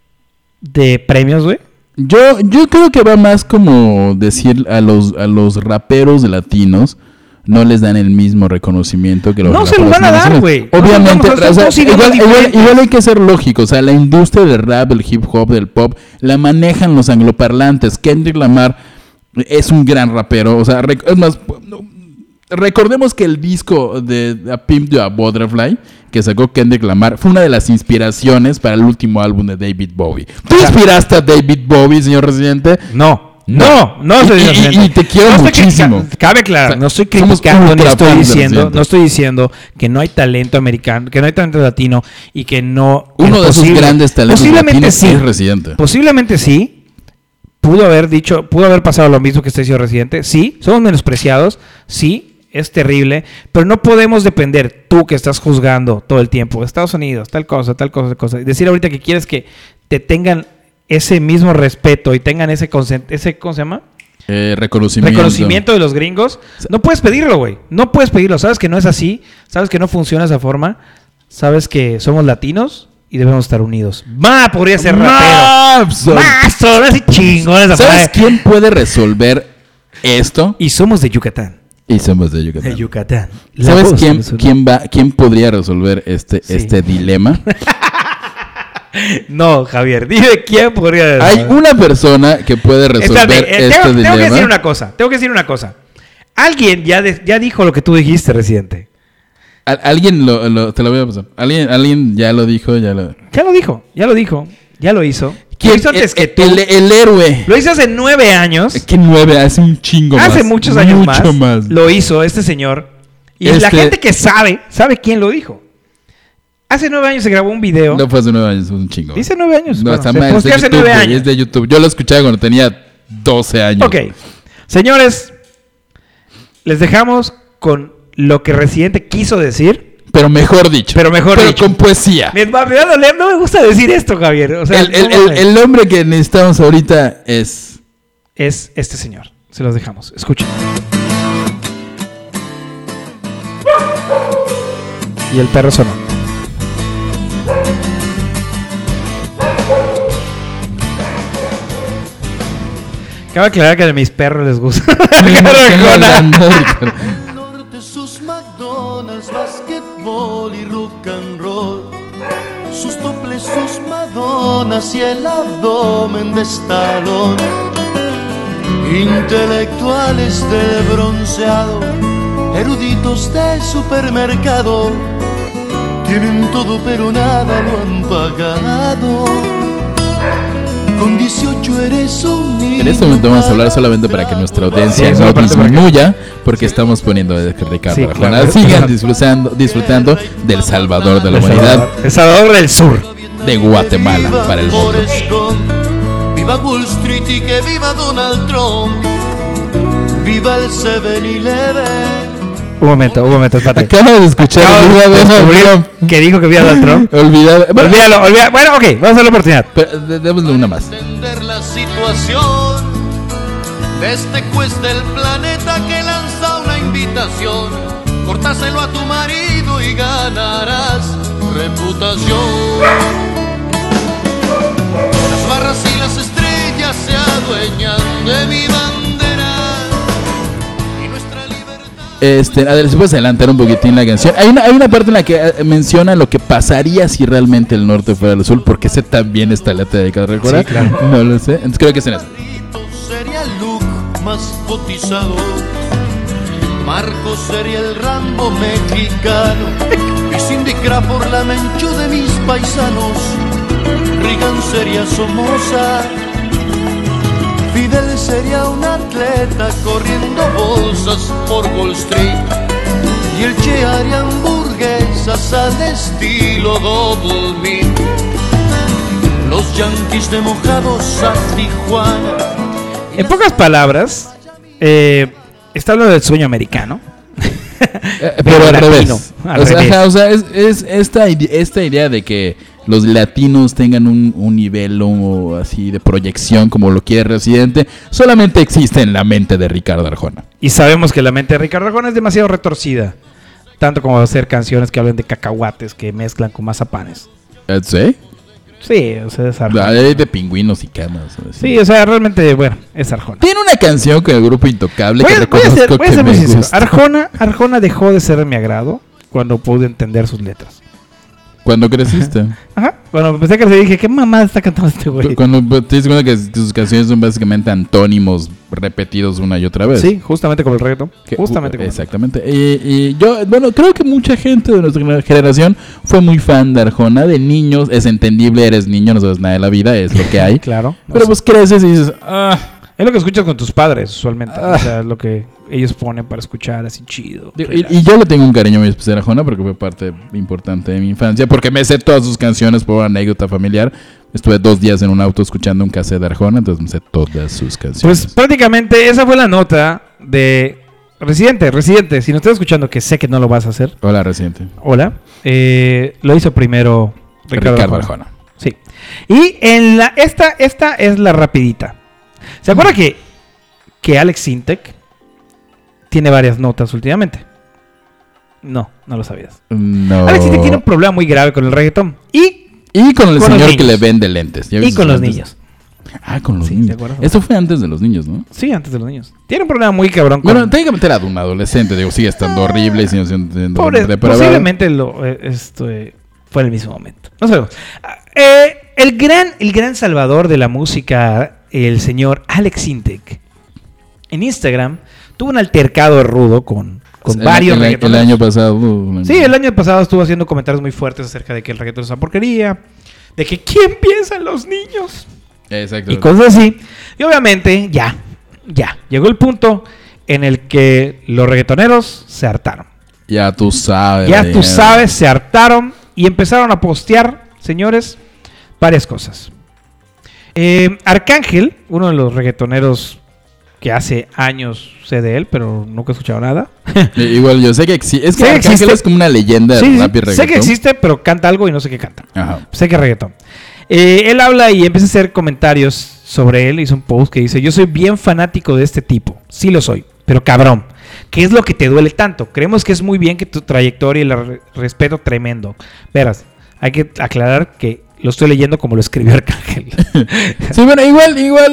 de premios, güey. Yo creo que va más como decir a los raperos latinos no les dan el mismo reconocimiento que los raperos. No se lo van a dar, güey. Obviamente, igual hay que ser lógico. O sea, la industria del rap, del hip hop, del pop, la manejan los angloparlantes. Kendrick Lamar es un gran rapero. O sea, es más, recordemos que el disco de A Pimp a Butterfly que sacó Kendrick Lamar fue una de las inspiraciones para el último álbum de David Bowie. ¿Tú inspiraste a David Bowie, señor Residente? No, y te quiero muchísimo. Cabe aclarar, no estoy criticando, no estoy diciendo que no hay talento americano, que no hay talento latino y que no... Uno de esos grandes talentos latinos es Residente. Posiblemente sí. Pudo haber pasado lo mismo que está diciendo Residente. Sí, somos menospreciados. Sí, es terrible, pero no podemos depender, tú que estás juzgando todo el tiempo, Estados Unidos, tal cosa, y decir ahorita que quieres que te tengan ese mismo respeto y tengan ese ¿cómo se llama? Reconocimiento de los gringos. No puedes pedirlo, güey. No puedes pedirlo. Sabes que no es así. Sabes que no funciona de esa forma. Sabes que somos latinos y debemos estar unidos. Podría ser rapero. Son así chingones. ¿Sabes quién puede resolver esto? Y somos de Yucatán. De Yucatán. ¿Sabes quién podría resolver este dilema? No, Javier, dime quién podría resolver. Hay una persona que puede resolver este dilema. Tengo que decir una cosa. Alguien ya dijo lo que tú dijiste, Residente. Alguien te lo voy a pasar. Alguien ya lo dijo, ya lo hizo. ¿Quién hizo antes que tú? El héroe. Lo hizo hace 9 años. Es que 9, hace un chingo más. Hace muchos años más. Lo hizo este señor. Y la gente que sabe quién lo dijo. Hace 9 años se grabó un video. No fue hace 9 años, es un chingo. Dice 9 años. No, está mal. Hace 9 años. Es de YouTube. Yo lo escuchaba cuando tenía 12 años. Ok. Señores, les dejamos con lo que Residente quiso decir. Pero mejor dicho. Pero con poesía. No me gusta decir esto, Javier. O sea, el hombre que necesitamos ahorita es este señor. Se los dejamos. Escuchen. Y el perro sonó. Cabe aclarar que a mis perros les gusta. Sus McDonald's, basquetbol y rock and roll, sus toples, sus Madonas y el abdomen de Stallone, intelectuales de bronceado, eruditos de supermercado, tienen todo pero nada lo han pagado. Con 18 eres un niño. En este momento vamos a hablar solamente para que nuestra audiencia no disminuya, porque estamos poniendo a Ricardo Arjona. Claro. Sigan disfrutando del Salvador de la humanidad. El Salvador del Sur. De Guatemala para el mundo. Viva Wall Street y que viva Donald Trump. Viva el 7-Eleven. Un momento, espérate. Acabo de escuchar que dijo que viva Donald Trump. Olvídalo. Bueno, ok, vamos a dar la oportunidad. Pero démosle una más. Entender la situación de este juez del planeta que lanza una invitación. Cortáselo a tu marido y ganarás reputación. Las barras y las estrellas se adueñan de mi bandera y nuestra libertad. Si puedes adelantar un poquitín la canción. Hay una parte en la que menciona lo que pasaría si realmente el norte fuera el sur, porque ese también está la década de recordar. Sí, claro. No lo sé. Entonces creo que es en eso. Sería el look más cotizado. Marcos sería el Rambo mexicano. Y Cindy Crawford la Menchú de mis paisanos. Reagan sería Somoza. Fidel sería un atleta corriendo bolsas por Wall Street. Y el Che haría hamburguesas al estilo Double Meat. Los yanquis de Mojados a Tijuana. En pocas palabras, está hablando del sueño americano. Pero al revés. Al O revés. sea, es esta idea de que los latinos tengan un nivel así de proyección como lo quiere Residente, solamente existe en la mente de Ricardo Arjona. Y sabemos que la mente de Ricardo Arjona es demasiado retorcida. Tanto como hacer canciones que hablen de cacahuates que mezclan con mazapanes. ¿Sí? Sí, o sea, es Arjona. Hay de pingüinos y camas. Sí, o sea, realmente, bueno, es Arjona. Tiene una canción con el grupo Intocable Voy que a reconozco ser que muy me sincero. gusta. Arjona dejó de ser de mi agrado cuando pude entender sus letras. Cuando creciste. Ajá. Cuando empecé a crecer dije, ¿qué mamada está cantando este güey? Cuando te das cuenta que sus canciones son básicamente antónimos repetidos una y otra vez. Sí, justamente como el reggaetón. Que- Justamente como el exactamente. Y yo, bueno, creo que mucha gente de nuestra generación fue muy fan de Arjona. De niños, es entendible, eres niño, no sabes nada de la vida, es lo que hay. Claro. Pero pues creces y dices, Es lo que escuchas con tus padres usualmente. O sea, es lo que ellos ponen para escuchar así chido. Y yo le tengo un cariño muy especial a Arjona porque fue parte importante de mi infancia. Porque me sé todas sus canciones por una anécdota familiar. Estuve 2 días en un auto escuchando un cassette de Arjona, entonces me sé todas sus canciones. Pues prácticamente esa fue la nota de Residente. Si no estás escuchando, que sé que no lo vas a hacer. Hola, Residente. Hola. Lo hizo primero Ricardo Arjona. Sí. Y en esta es la rapidita. ¿Se acuerda que Alex Sintek tiene varias notas últimamente? No lo sabías. No. Alex Sintek tiene un problema muy grave con el reggaetón. Y con el con los señor que niños. le vende lentes. ¿Ya Y viste con sus los lentes? niños. Ah, con los Sí, niños. ¿de acuerdo? Eso fue antes de los niños, ¿no? Sí, antes de los niños. Tiene un problema muy cabrón con... Bueno, técnicamente era de un adolescente. Digo, sigue estando horrible y sigue siendo depravado. Posiblemente fue en el mismo momento. No sabemos. El gran salvador de la música, el señor Alex Sintek, en Instagram tuvo un altercado rudo con varios el reggaetoneros. año pasado. Sí, el año pasado estuvo haciendo comentarios muy fuertes acerca de que el reggaetón es una porquería, de que ¿quién piensa en los niños? Exacto. Y cosas así. Y obviamente ya llegó el punto en el que los reggaetoneros se hartaron. Ya tú sabes. Ya tú sabes, se hartaron y empezaron a postear, señores, varias cosas. Arcángel, uno de los reggaetoneros que hace años sé de él, pero nunca he escuchado nada. Igual yo sé que existe. Es que Sé que Arcángel existe. es como una leyenda de Sí, rap y sé que reggaetón. existe, pero canta algo y no sé qué canta. Ajá. Sé que es reggaetón. Él habla y empieza a hacer comentarios sobre él. Hizo un post que dice: yo soy bien fanático de este tipo. Sí lo soy, pero cabrón. ¿Qué es lo que te duele tanto? Creemos que es muy bien que tu trayectoria y el respeto tremendo. Verás, hay que aclarar que lo estoy leyendo como lo escribió Arcángel. Sí, bueno, igual,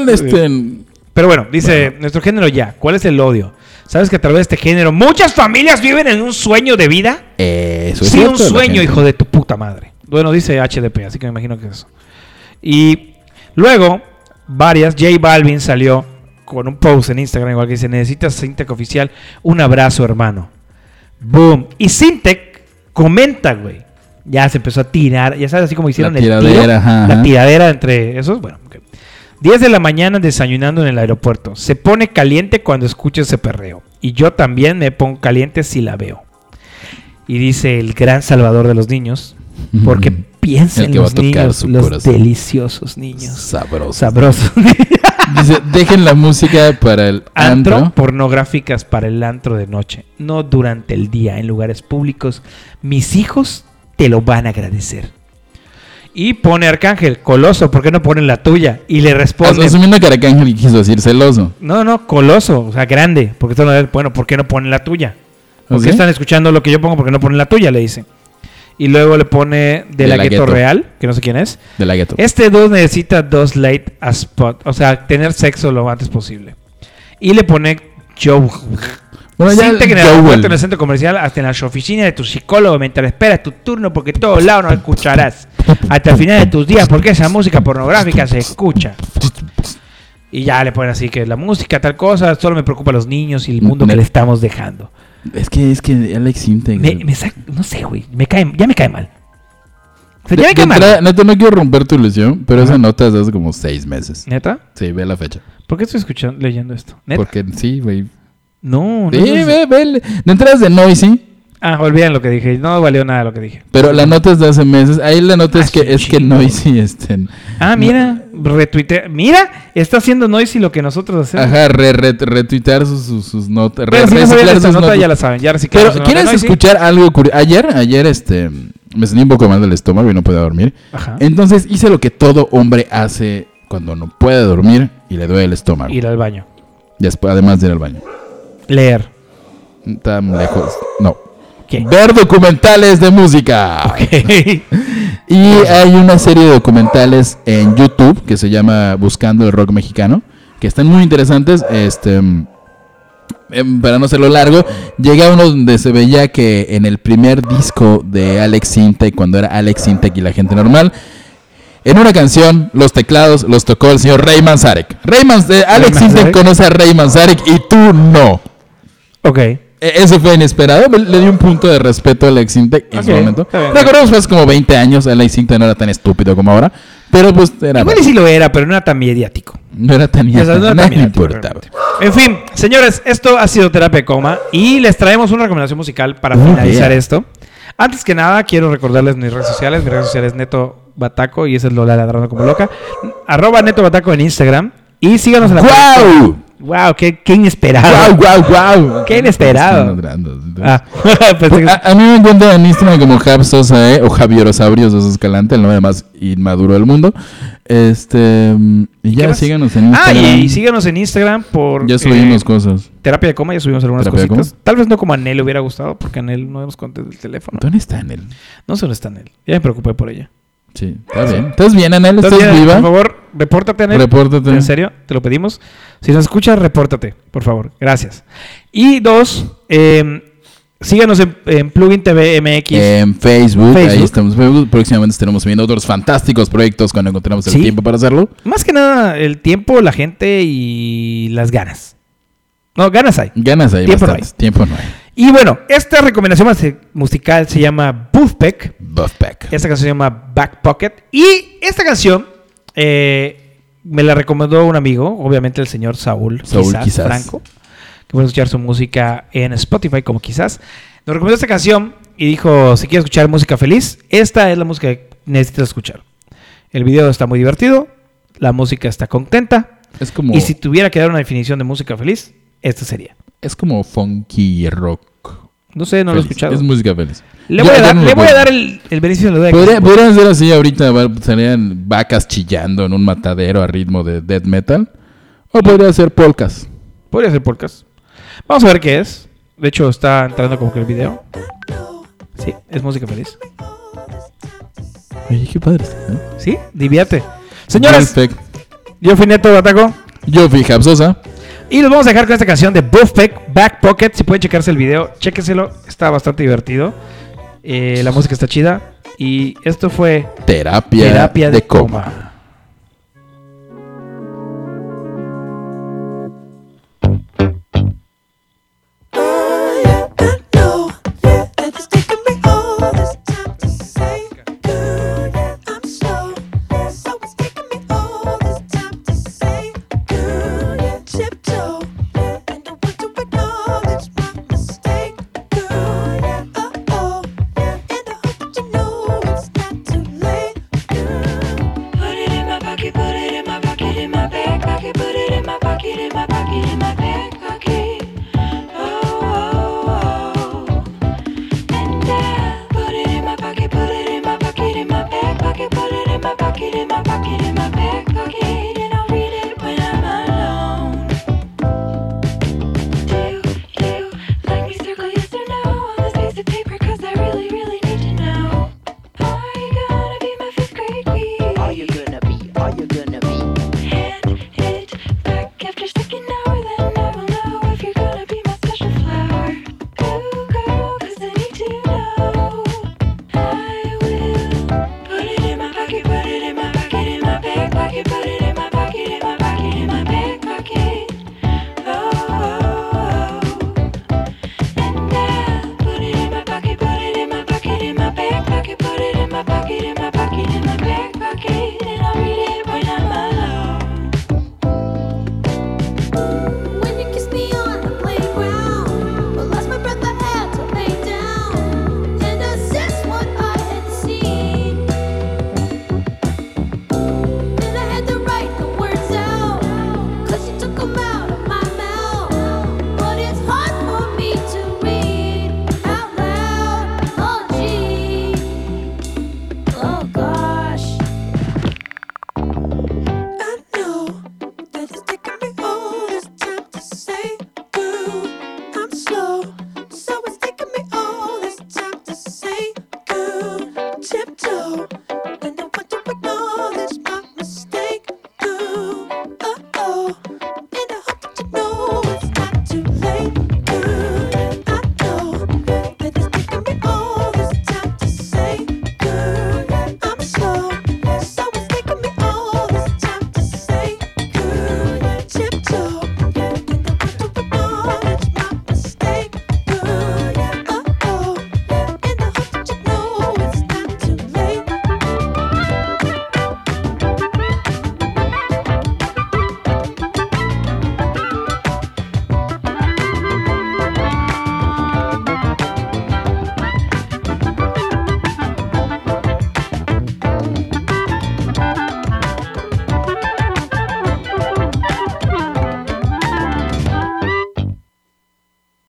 Pero bueno, dice, nuestro género ya. ¿Cuál es el odio? ¿Sabes que a través de este género muchas familias viven en un sueño de vida? Eso es Sí, cierto, un la sueño, gente. hijo de tu puta madre. Bueno, dice HDP, así que me imagino que es eso. Y luego, J Balvin salió con un post en Instagram, igual que dice: necesitas Sintek oficial, un abrazo, hermano. Boom. Y Sintek comenta, güey. Ya se empezó a tirar, ya sabes, así como hicieron La el tiradera, tiro, ajá, la ajá. tiradera entre esos. Bueno, ok. 10 de la mañana desayunando en el aeropuerto. Se pone caliente cuando escucha ese perreo. Y yo también me pongo caliente si la veo. Y dice el gran salvador de los niños, porque piensa El en que va a los tocar niños, su los corazón. deliciosos niños. Sabroso. Sabrosos. Dice, dejen la música para el antro. Pornográficas para el antro de noche, no durante el día en lugares públicos. Mis hijos te lo van a agradecer. Y pone Arcángel: Coloso, ¿por qué no ponen la tuya? Y le responde: Asumiendo que Arcángel quiso decir celoso. no, Coloso, o sea, grande. Porque esto no es, bueno, ¿por qué no ponen la tuya? ¿Por qué ¿Sí? están escuchando lo que yo pongo? ¿Por qué no ponen la tuya? Le dice. Y luego le pone de la Gueto Real, que no sé quién es. De la gueto. Este 2 necesita 2 late a spot, o sea, tener sexo lo antes posible. Y le pone Joe. Bueno, ya Siente que en el Joel. aeropuerto, en el centro comercial, hasta en las oficinas de tu psicólogo, mientras esperas tu turno, porque en todos lados no escucharás. Hasta el final de tus días, porque esa música pornográfica se escucha. Y ya le ponen así que la música, tal cosa, solo me preocupa a los niños y el mundo que le estamos dejando. Es que Alex Integ... No sé, güey, ya me cae mal. O sea, ya De me cae mal. entrada, neta, no quiero romper tu ilusión, pero esa nota es de hace como 6 meses. ¿Neta? Sí, ve la fecha. ¿Por qué estoy leyendo esto? ¿Neta? Porque sí, güey. No, Sí, no. ve. De entrada es de Noisy, Olviden lo que dije. No valió nada lo que dije. pero la nota es de hace meses. Ahí la nota es sí, que Noisy Mira, retuitea. Mira, está haciendo Noisy lo que nosotros hacemos. Ajá, retuitear sus notas. Pero si no sabían Reciclar esta sus nota, notas. ya la saben. Ya Pero, reciclamos una nota ¿quieres de Noisy. escuchar algo curioso? Ayer me sentí un poco mal del estómago y no podía dormir. Ajá. Entonces hice lo que todo hombre hace cuando no puede dormir y le duele el estómago. Ir al baño. Después, además de ir al baño. Leer. Tan lejos. No. ¿Qué? Ver documentales de música. Y hay una serie de documentales en YouTube que se llama Buscando el Rock Mexicano, que están muy interesantes. Para no hacerlo largo, llegué a uno donde se veía que en el primer disco de Alex Integ, cuando era Alex Integ y la gente normal, en una canción, los teclados los tocó el señor Ray Manzarek. Alex Integ conoce a Ray Manzarek y tú no. Ok. Eso fue inesperado. Le di un punto de respeto a Alex Integ en su momento. Recordemos que hace como 20 años Alex Integ no era tan estúpido como ahora. Pero pues era... Igual y sí lo era, pero no era tan mediático. No era tan No me importaba. En fin, señores, esto ha sido Terapia de Coma y les traemos una recomendación musical para finalizar esto. Antes que nada, quiero recordarles mis redes sociales. Mi red social es Neto Bataco y esa es Lola ladrando como loca. @Neto Bataco en Instagram. Y síganos en la ¡Guau! ¡Wow! ¡Qué inesperado! ¡Guau! ¡Qué inesperado! A mí me encuentran en Instagram como Jab Sosa o Javierosaurios de Escalante, el nombre más inmaduro del mundo. Y ya síganos en Instagram. Y síganos en Instagram por... Ya subimos cosas. Terapia de Coma, ya subimos algunas ¿Terapia de cositas. Coma? Tal vez no como a Anel le hubiera gustado, porque a Anel no hemos contestado el teléfono. ¿Dónde está Anel? No sé dónde está Anel. Ya me preocupé por ella. Sí, está bien. ¿Estás bien, Anel? ¿Estás bien? viva? Por favor, repórtate, Anel. Repórtate. En serio, te lo pedimos. Si nos escuchas, repórtate, por favor. Gracias. Y 2, síganos en Plugin TV MX. En Facebook, ahí estamos. Próximamente estaremos subiendo otros fantásticos proyectos cuando encontremos el tiempo para hacerlo. Más que nada, el tiempo, la gente y las ganas. No, ganas hay. Ganas hay Tiempo bastantes. Tiempo no hay. Y bueno, esta recomendación musical se llama Buffpeck. Esta canción se llama Back Pocket. Y esta canción me la recomendó un amigo, obviamente el señor Saúl quizás Franco, que puede escuchar su música en Spotify como quizás. Nos recomendó esta canción y dijo, si quieres escuchar música feliz, esta es la música que necesitas escuchar. El video está muy divertido, la música está contenta. Es como... Y si tuviera que dar una definición de música feliz, esta sería. Es como funky rock. No sé, no feliz. lo he escuchado. Es música feliz. Le voy a dar el beneficio de la duda. Podrían ser así ahorita, serían vacas chillando en un matadero a ritmo de death metal. O podría ser polkas. Podría ser polkas. Vamos a ver qué es. De hecho, está entrando como que el video. Sí, es música feliz. Oye, qué padre está, ¿eh? Sí, divierte. Señores, Perfect. Yo fui Neto Bataco. Yo fui Jab Sosa. Y los vamos a dejar con esta canción de Buffpeck, Back Pocket. Si pueden checarse el video, chéquenselo. Está bastante divertido. La música está chida. Y esto fue Terapia de Coma.